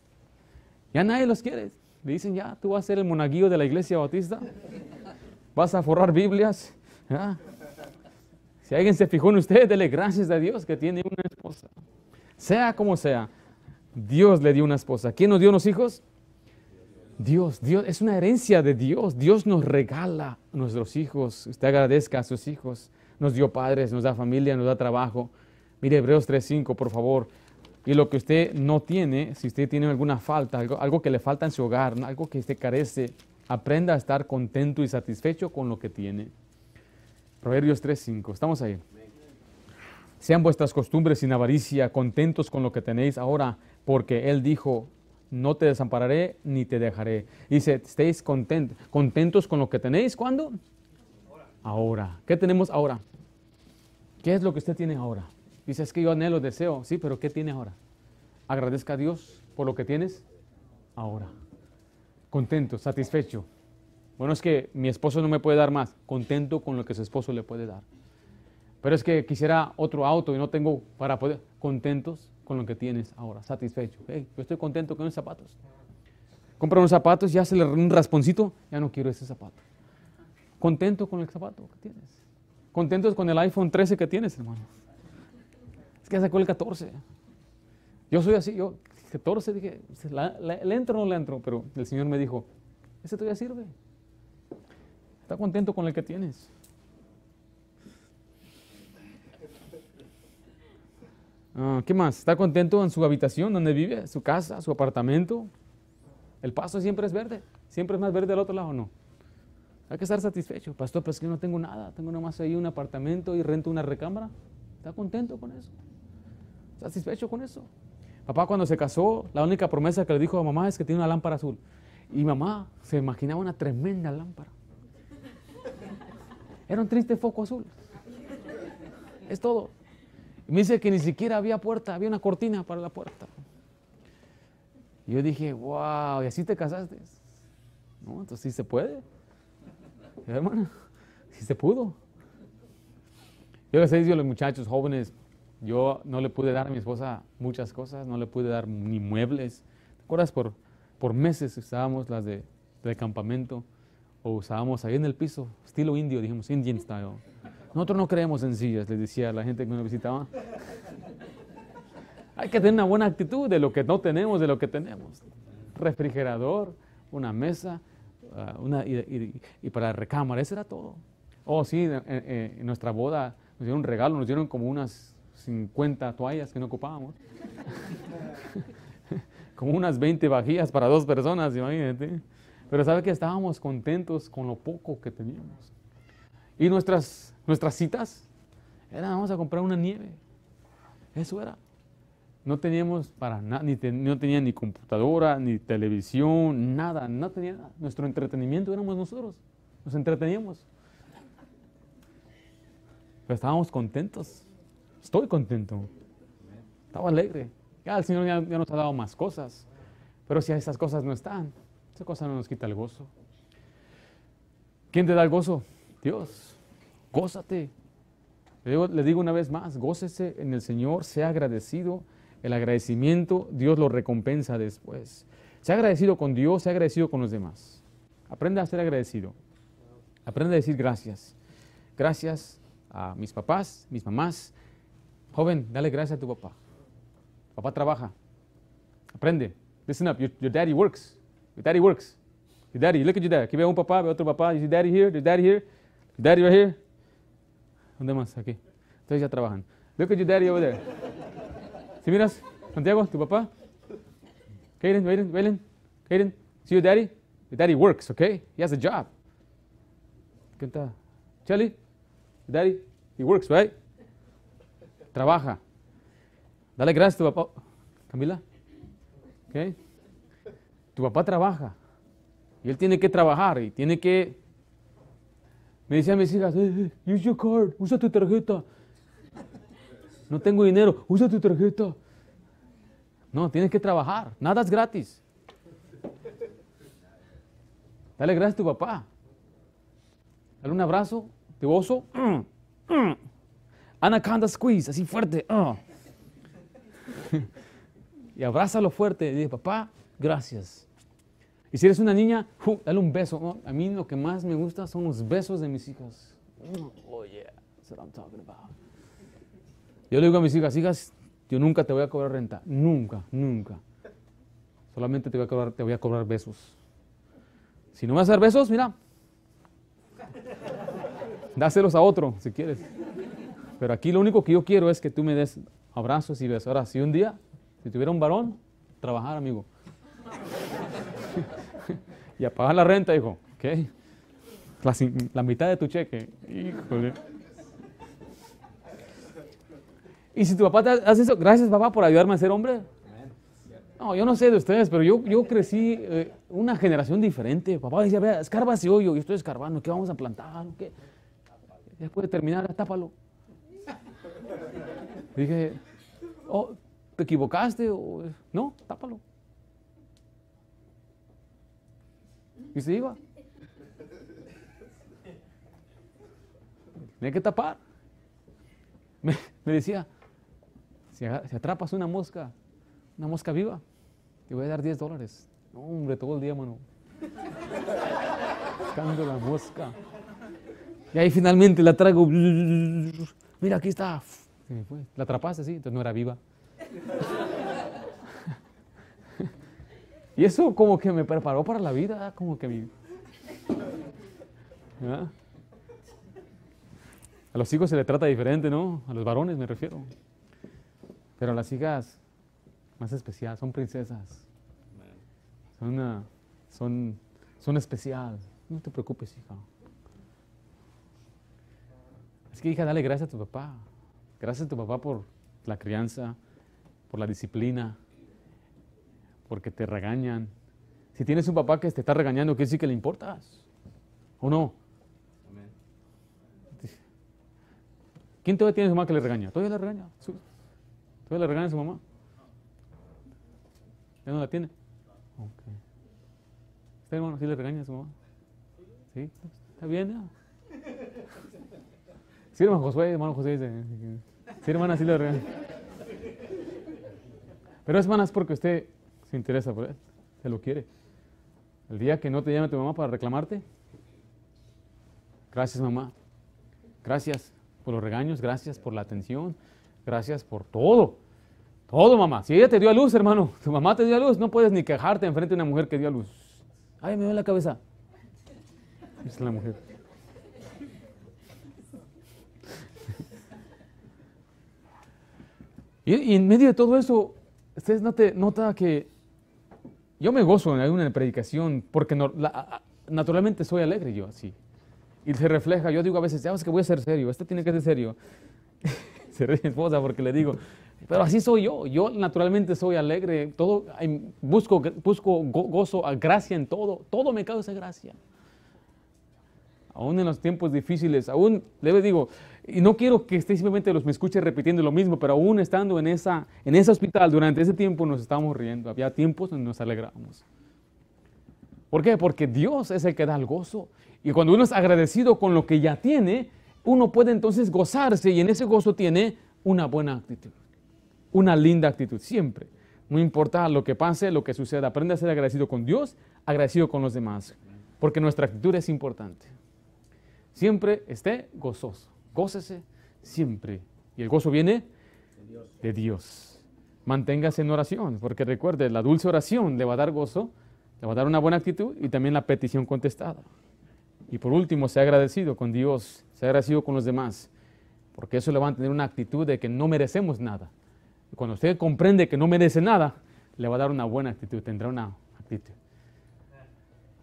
Ya nadie los quiere. Le dicen, ya, tú vas a ser el monaguillo de la iglesia bautista. Vas a forrar Biblias. ¿Ya? Si alguien se fijó en usted, dele gracias a Dios que tiene una esposa. Sea como sea, Dios le dio una esposa. ¿Quién nos dio unos hijos? Dios es una herencia de Dios. Dios nos regala a nuestros hijos. Usted agradezca a sus hijos. Nos dio padres, nos da familia, nos da trabajo. Mire Hebreos 3:5, por favor. Y lo que usted no tiene, si usted tiene alguna falta, algo que le falta en su hogar, algo que usted carece, aprenda a estar contento y satisfecho con lo que tiene. Proverbios 3:5, estamos ahí. Sean vuestras costumbres sin avaricia, contentos con lo que tenéis ahora, porque Él dijo, no te desampararé ni te dejaré. Dice, estéis contentos con lo que tenéis, ¿cuándo? Ahora. ¿Qué tenemos ahora? ¿Qué es lo que usted tiene ahora? Dice, es que yo anhelo, deseo. Sí, pero ¿qué tiene ahora? Agradezca a Dios por lo que tienes ahora. Contento, satisfecho. Bueno, es que mi esposo no me puede dar más. Contento con lo que su esposo le puede dar. Pero es que quisiera otro auto y no tengo para poder. Contentos con lo que tienes ahora, satisfecho. Hey, yo estoy contento con los zapatos. Compra unos zapatos, ya se le un rasponcito, ya no quiero ese zapato. Contento con el zapato que tienes. Contentos con el iPhone 13 que tienes, hermano. Es que ya sacó el 14. Yo soy así, yo 14 dije, ¿le entro o no le entro? Pero el Señor me dijo, ese todavía sirve. Está contento con el que tienes. ¿Qué más? ¿Está contento en su habitación donde vive? ¿Su casa? ¿Su apartamento? El pasto siempre es verde. Siempre es más verde al otro lado, ¿no? Hay que estar satisfecho. Pastor, pues que yo no tengo nada. Tengo nomás ahí un apartamento y rento una recámara. ¿Está contento con eso? ¿Satisfecho con eso? Papá cuando se casó, la única promesa que le dijo a mamá es que tiene una lámpara azul. Y mamá se imaginaba una tremenda lámpara. Era un triste foco azul. Es todo. Y me dice que ni siquiera había puerta, había una cortina para la puerta. Y yo dije, wow, ¿y así te casaste? No, entonces sí se puede. Hermano, sí se pudo. Yo les he dicho a los muchachos jóvenes, yo no le pude dar a mi esposa muchas cosas, no le pude dar ni muebles. ¿Te acuerdas? Por meses usábamos las de campamento o usábamos ahí en el piso, estilo indio, dijimos, Indian style. Nosotros no creemos en sillas, les decía a la gente que nos visitaba. Hay que tener una buena actitud de lo que no tenemos, de lo que tenemos. Refrigerador, una mesa, y para la recámara, eso era todo. Oh, sí, en nuestra boda nos dieron un regalo, nos dieron como unas 50 toallas que no ocupábamos. Como unas 20 vajillas para 2 personas, imagínate. Pero sabe que estábamos contentos con lo poco que teníamos. Y nuestras citas era, vamos a comprar una nieve. Eso era. No teníamos para nada, no tenía ni computadora, ni televisión, nada, no tenía nada. Nuestro entretenimiento éramos nosotros, nos entreteníamos. Pero estábamos contentos. Estoy contento. Estaba alegre. Ya el Señor ya nos ha dado más cosas. Pero si esas cosas no están, esa cosa no nos quita el gozo. ¿Quién te da el gozo? Dios. Gózate. Le digo una vez más, gócese en el Señor, sea agradecido. El agradecimiento, Dios lo recompensa después. Sea agradecido con Dios, sea agradecido con los demás. Aprenda a ser agradecido. Aprenda a decir gracias. Gracias a mis papás, mis mamás. Joven, dale gracias a tu papá. Papá trabaja. Aprende. Listen up. Your daddy works. Your daddy works. Your daddy, look at your dad. Aquí veo un papá, veo otro papá. Is your daddy here? Your daddy here? Your daddy right here? ¿Dónde más? Aquí. Entonces ya trabajan. Look at your daddy over there. ¿Sí miras? Santiago, tu papá. Kaden, Kaden, see your daddy? Daddy works, okay? He has a job. ¿Qué tal? Charlie, Daddy, he works, right? Trabaja. Dale gracias a tu papá. Camila, okay? Tu papá trabaja. Y él tiene que trabajar y tiene que... Me decían mis hijas, use your card, usa tu tarjeta. No tengo dinero, usa tu tarjeta. No, tienes que trabajar, nada es gratis. Dale gracias a tu papá. Dale un abrazo de oso. Anaconda squeeze, así fuerte. Y abrázalo fuerte. Y dile, papá, gracias. Y si eres una niña, dale un beso. A mí lo que más me gusta son los besos de mis hijas. Oh yeah, that's what I'm talking about. Yo le digo a mis hijas, yo nunca te voy a cobrar renta. Nunca, nunca. Solamente te voy a cobrar besos. Si no me vas a dar besos, mira. Dáselos a otro, si quieres. Pero aquí lo único que yo quiero es que tú me des abrazos y besos. Ahora, si un día, si tuviera un varón, trabajar, amigo. Y a pagar la renta, hijo. ¿Ok? La mitad de tu cheque. Híjole. Y si tu papá te hace eso, gracias papá por ayudarme a ser hombre. No, yo no sé de ustedes, pero yo crecí una generación diferente. Papá decía, vea, escarba ese hoyo, yo estoy escarbando, ¿qué vamos a plantar? ¿Qué? Después de terminar, tápalo. Dije, oh, ¿te equivocaste? No, tápalo. Y se iba. Tenía que tapar. Me decía, si atrapas una mosca viva, te voy a dar $10. No, hombre, todo el día, mano. Buscando la mosca. Y ahí finalmente la traigo. Mira, aquí está. Se me fue. La atrapaste, sí, entonces no era viva. Y eso como que me preparó para la vida, como que ¿verdad? A los hijos se les trata diferente, ¿no? A los varones me refiero. Pero a las hijas, más especial, son princesas. Son especial. No te preocupes, hija. Así que, hija, dale gracias a tu papá. Gracias a tu papá por la crianza, por la disciplina, porque te regañan. Si tienes un papá que te está regañando, quiere decir que le importas. ¿O no? ¿Quién todavía tiene a su mamá que le regaña? ¿Todavía le regaña? ¿Todavía le regaña a su mamá? ¿Ya no la tiene? Okay. ¿Usted, hermano, sí le regaña a su mamá? ¿Sí? ¿Está bien? ¿Ya? Sí, hermano José dice. Sí, hermana, sí le regaña. Pero es, hermana, es porque usted se interesa por él, se lo quiere. El día que no te llame tu mamá para reclamarte, gracias, mamá. Gracias por los regaños, gracias por la atención, gracias por todo. Todo, mamá. Si ella te dio a luz, hermano, tu mamá te dio a luz, no puedes ni quejarte enfrente de una mujer que dio a luz. Ay, me duele la cabeza. Es la mujer. Y en medio de todo eso, ustedes nota que yo me gozo en una predicación porque naturalmente soy alegre yo así. Y se refleja, yo digo a veces, ya ves que voy a ser serio, esto tiene que ser serio. Se ríe mi esposa porque le digo, pero así soy yo naturalmente soy alegre, todo, busco gozo, gracia en todo me causa gracia. Aún en los tiempos difíciles, aún le digo, y no quiero que simplemente me escuche repitiendo lo mismo, pero aún estando en ese hospital durante ese tiempo nos estábamos riendo, había tiempos donde nos alegramos. ¿Por qué? Porque Dios es el que da el gozo. Y cuando uno es agradecido con lo que ya tiene, uno puede entonces gozarse y en ese gozo tiene una buena actitud, una linda actitud, siempre. No importa lo que pase, lo que suceda, aprende a ser agradecido con Dios, agradecido con los demás, porque nuestra actitud es importante. Siempre esté gozoso, gócese siempre. Y el gozo viene de Dios. Manténgase en oración, porque recuerde, la dulce oración le va a dar gozo, le va a dar una buena actitud y también la petición contestada. Y por último, sea agradecido con Dios, sea agradecido con los demás, porque eso le va a tener una actitud de que no merecemos nada. Y cuando usted comprende que no merece nada, le va a dar una buena actitud, tendrá una actitud.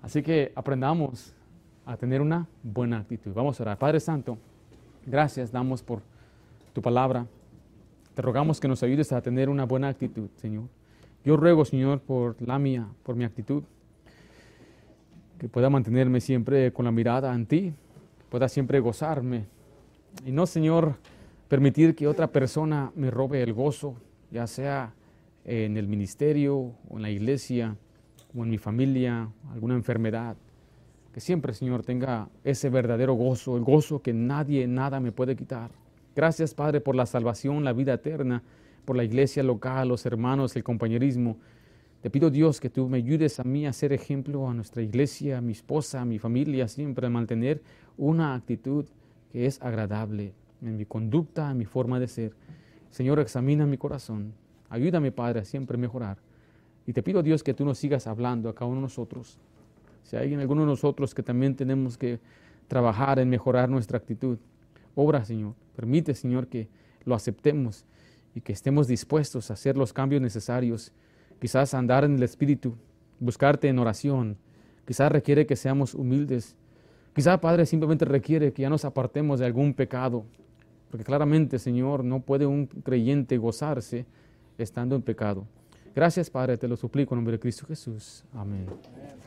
Así que aprendamos a tener una buena actitud. Vamos a orar. Padre Santo, gracias damos por tu palabra. Te rogamos que nos ayudes a tener una buena actitud, Señor. Yo ruego, Señor, por la mía, por mi actitud, que pueda mantenerme siempre con la mirada en ti, pueda siempre gozarme. Y no, Señor, permitir que otra persona me robe el gozo, ya sea en el ministerio o en la iglesia o en mi familia, alguna enfermedad. Que siempre, Señor, tenga ese verdadero gozo, el gozo que nadie, nada me puede quitar. Gracias, Padre, por la salvación, la vida eterna, por la iglesia local, los hermanos, el compañerismo. Te pido, Dios, que tú me ayudes a mí a ser ejemplo a nuestra iglesia, a mi esposa, a mi familia, siempre a mantener una actitud que es agradable en mi conducta, en mi forma de ser. Señor, examina mi corazón. Ayúdame, Padre, a siempre mejorar. Y te pido, Dios, que tú nos sigas hablando a cada uno de nosotros. Si hay alguno de nosotros que también tenemos que trabajar en mejorar nuestra actitud, obra, Señor. Permite, Señor, que lo aceptemos y que estemos dispuestos a hacer los cambios necesarios. Quizás andar en el Espíritu, buscarte en oración. Quizás requiere que seamos humildes. Quizás, Padre, simplemente requiere que ya nos apartemos de algún pecado. Porque claramente, Señor, no puede un creyente gozarse estando en pecado. Gracias, Padre, te lo suplico en nombre de Cristo Jesús. Amén.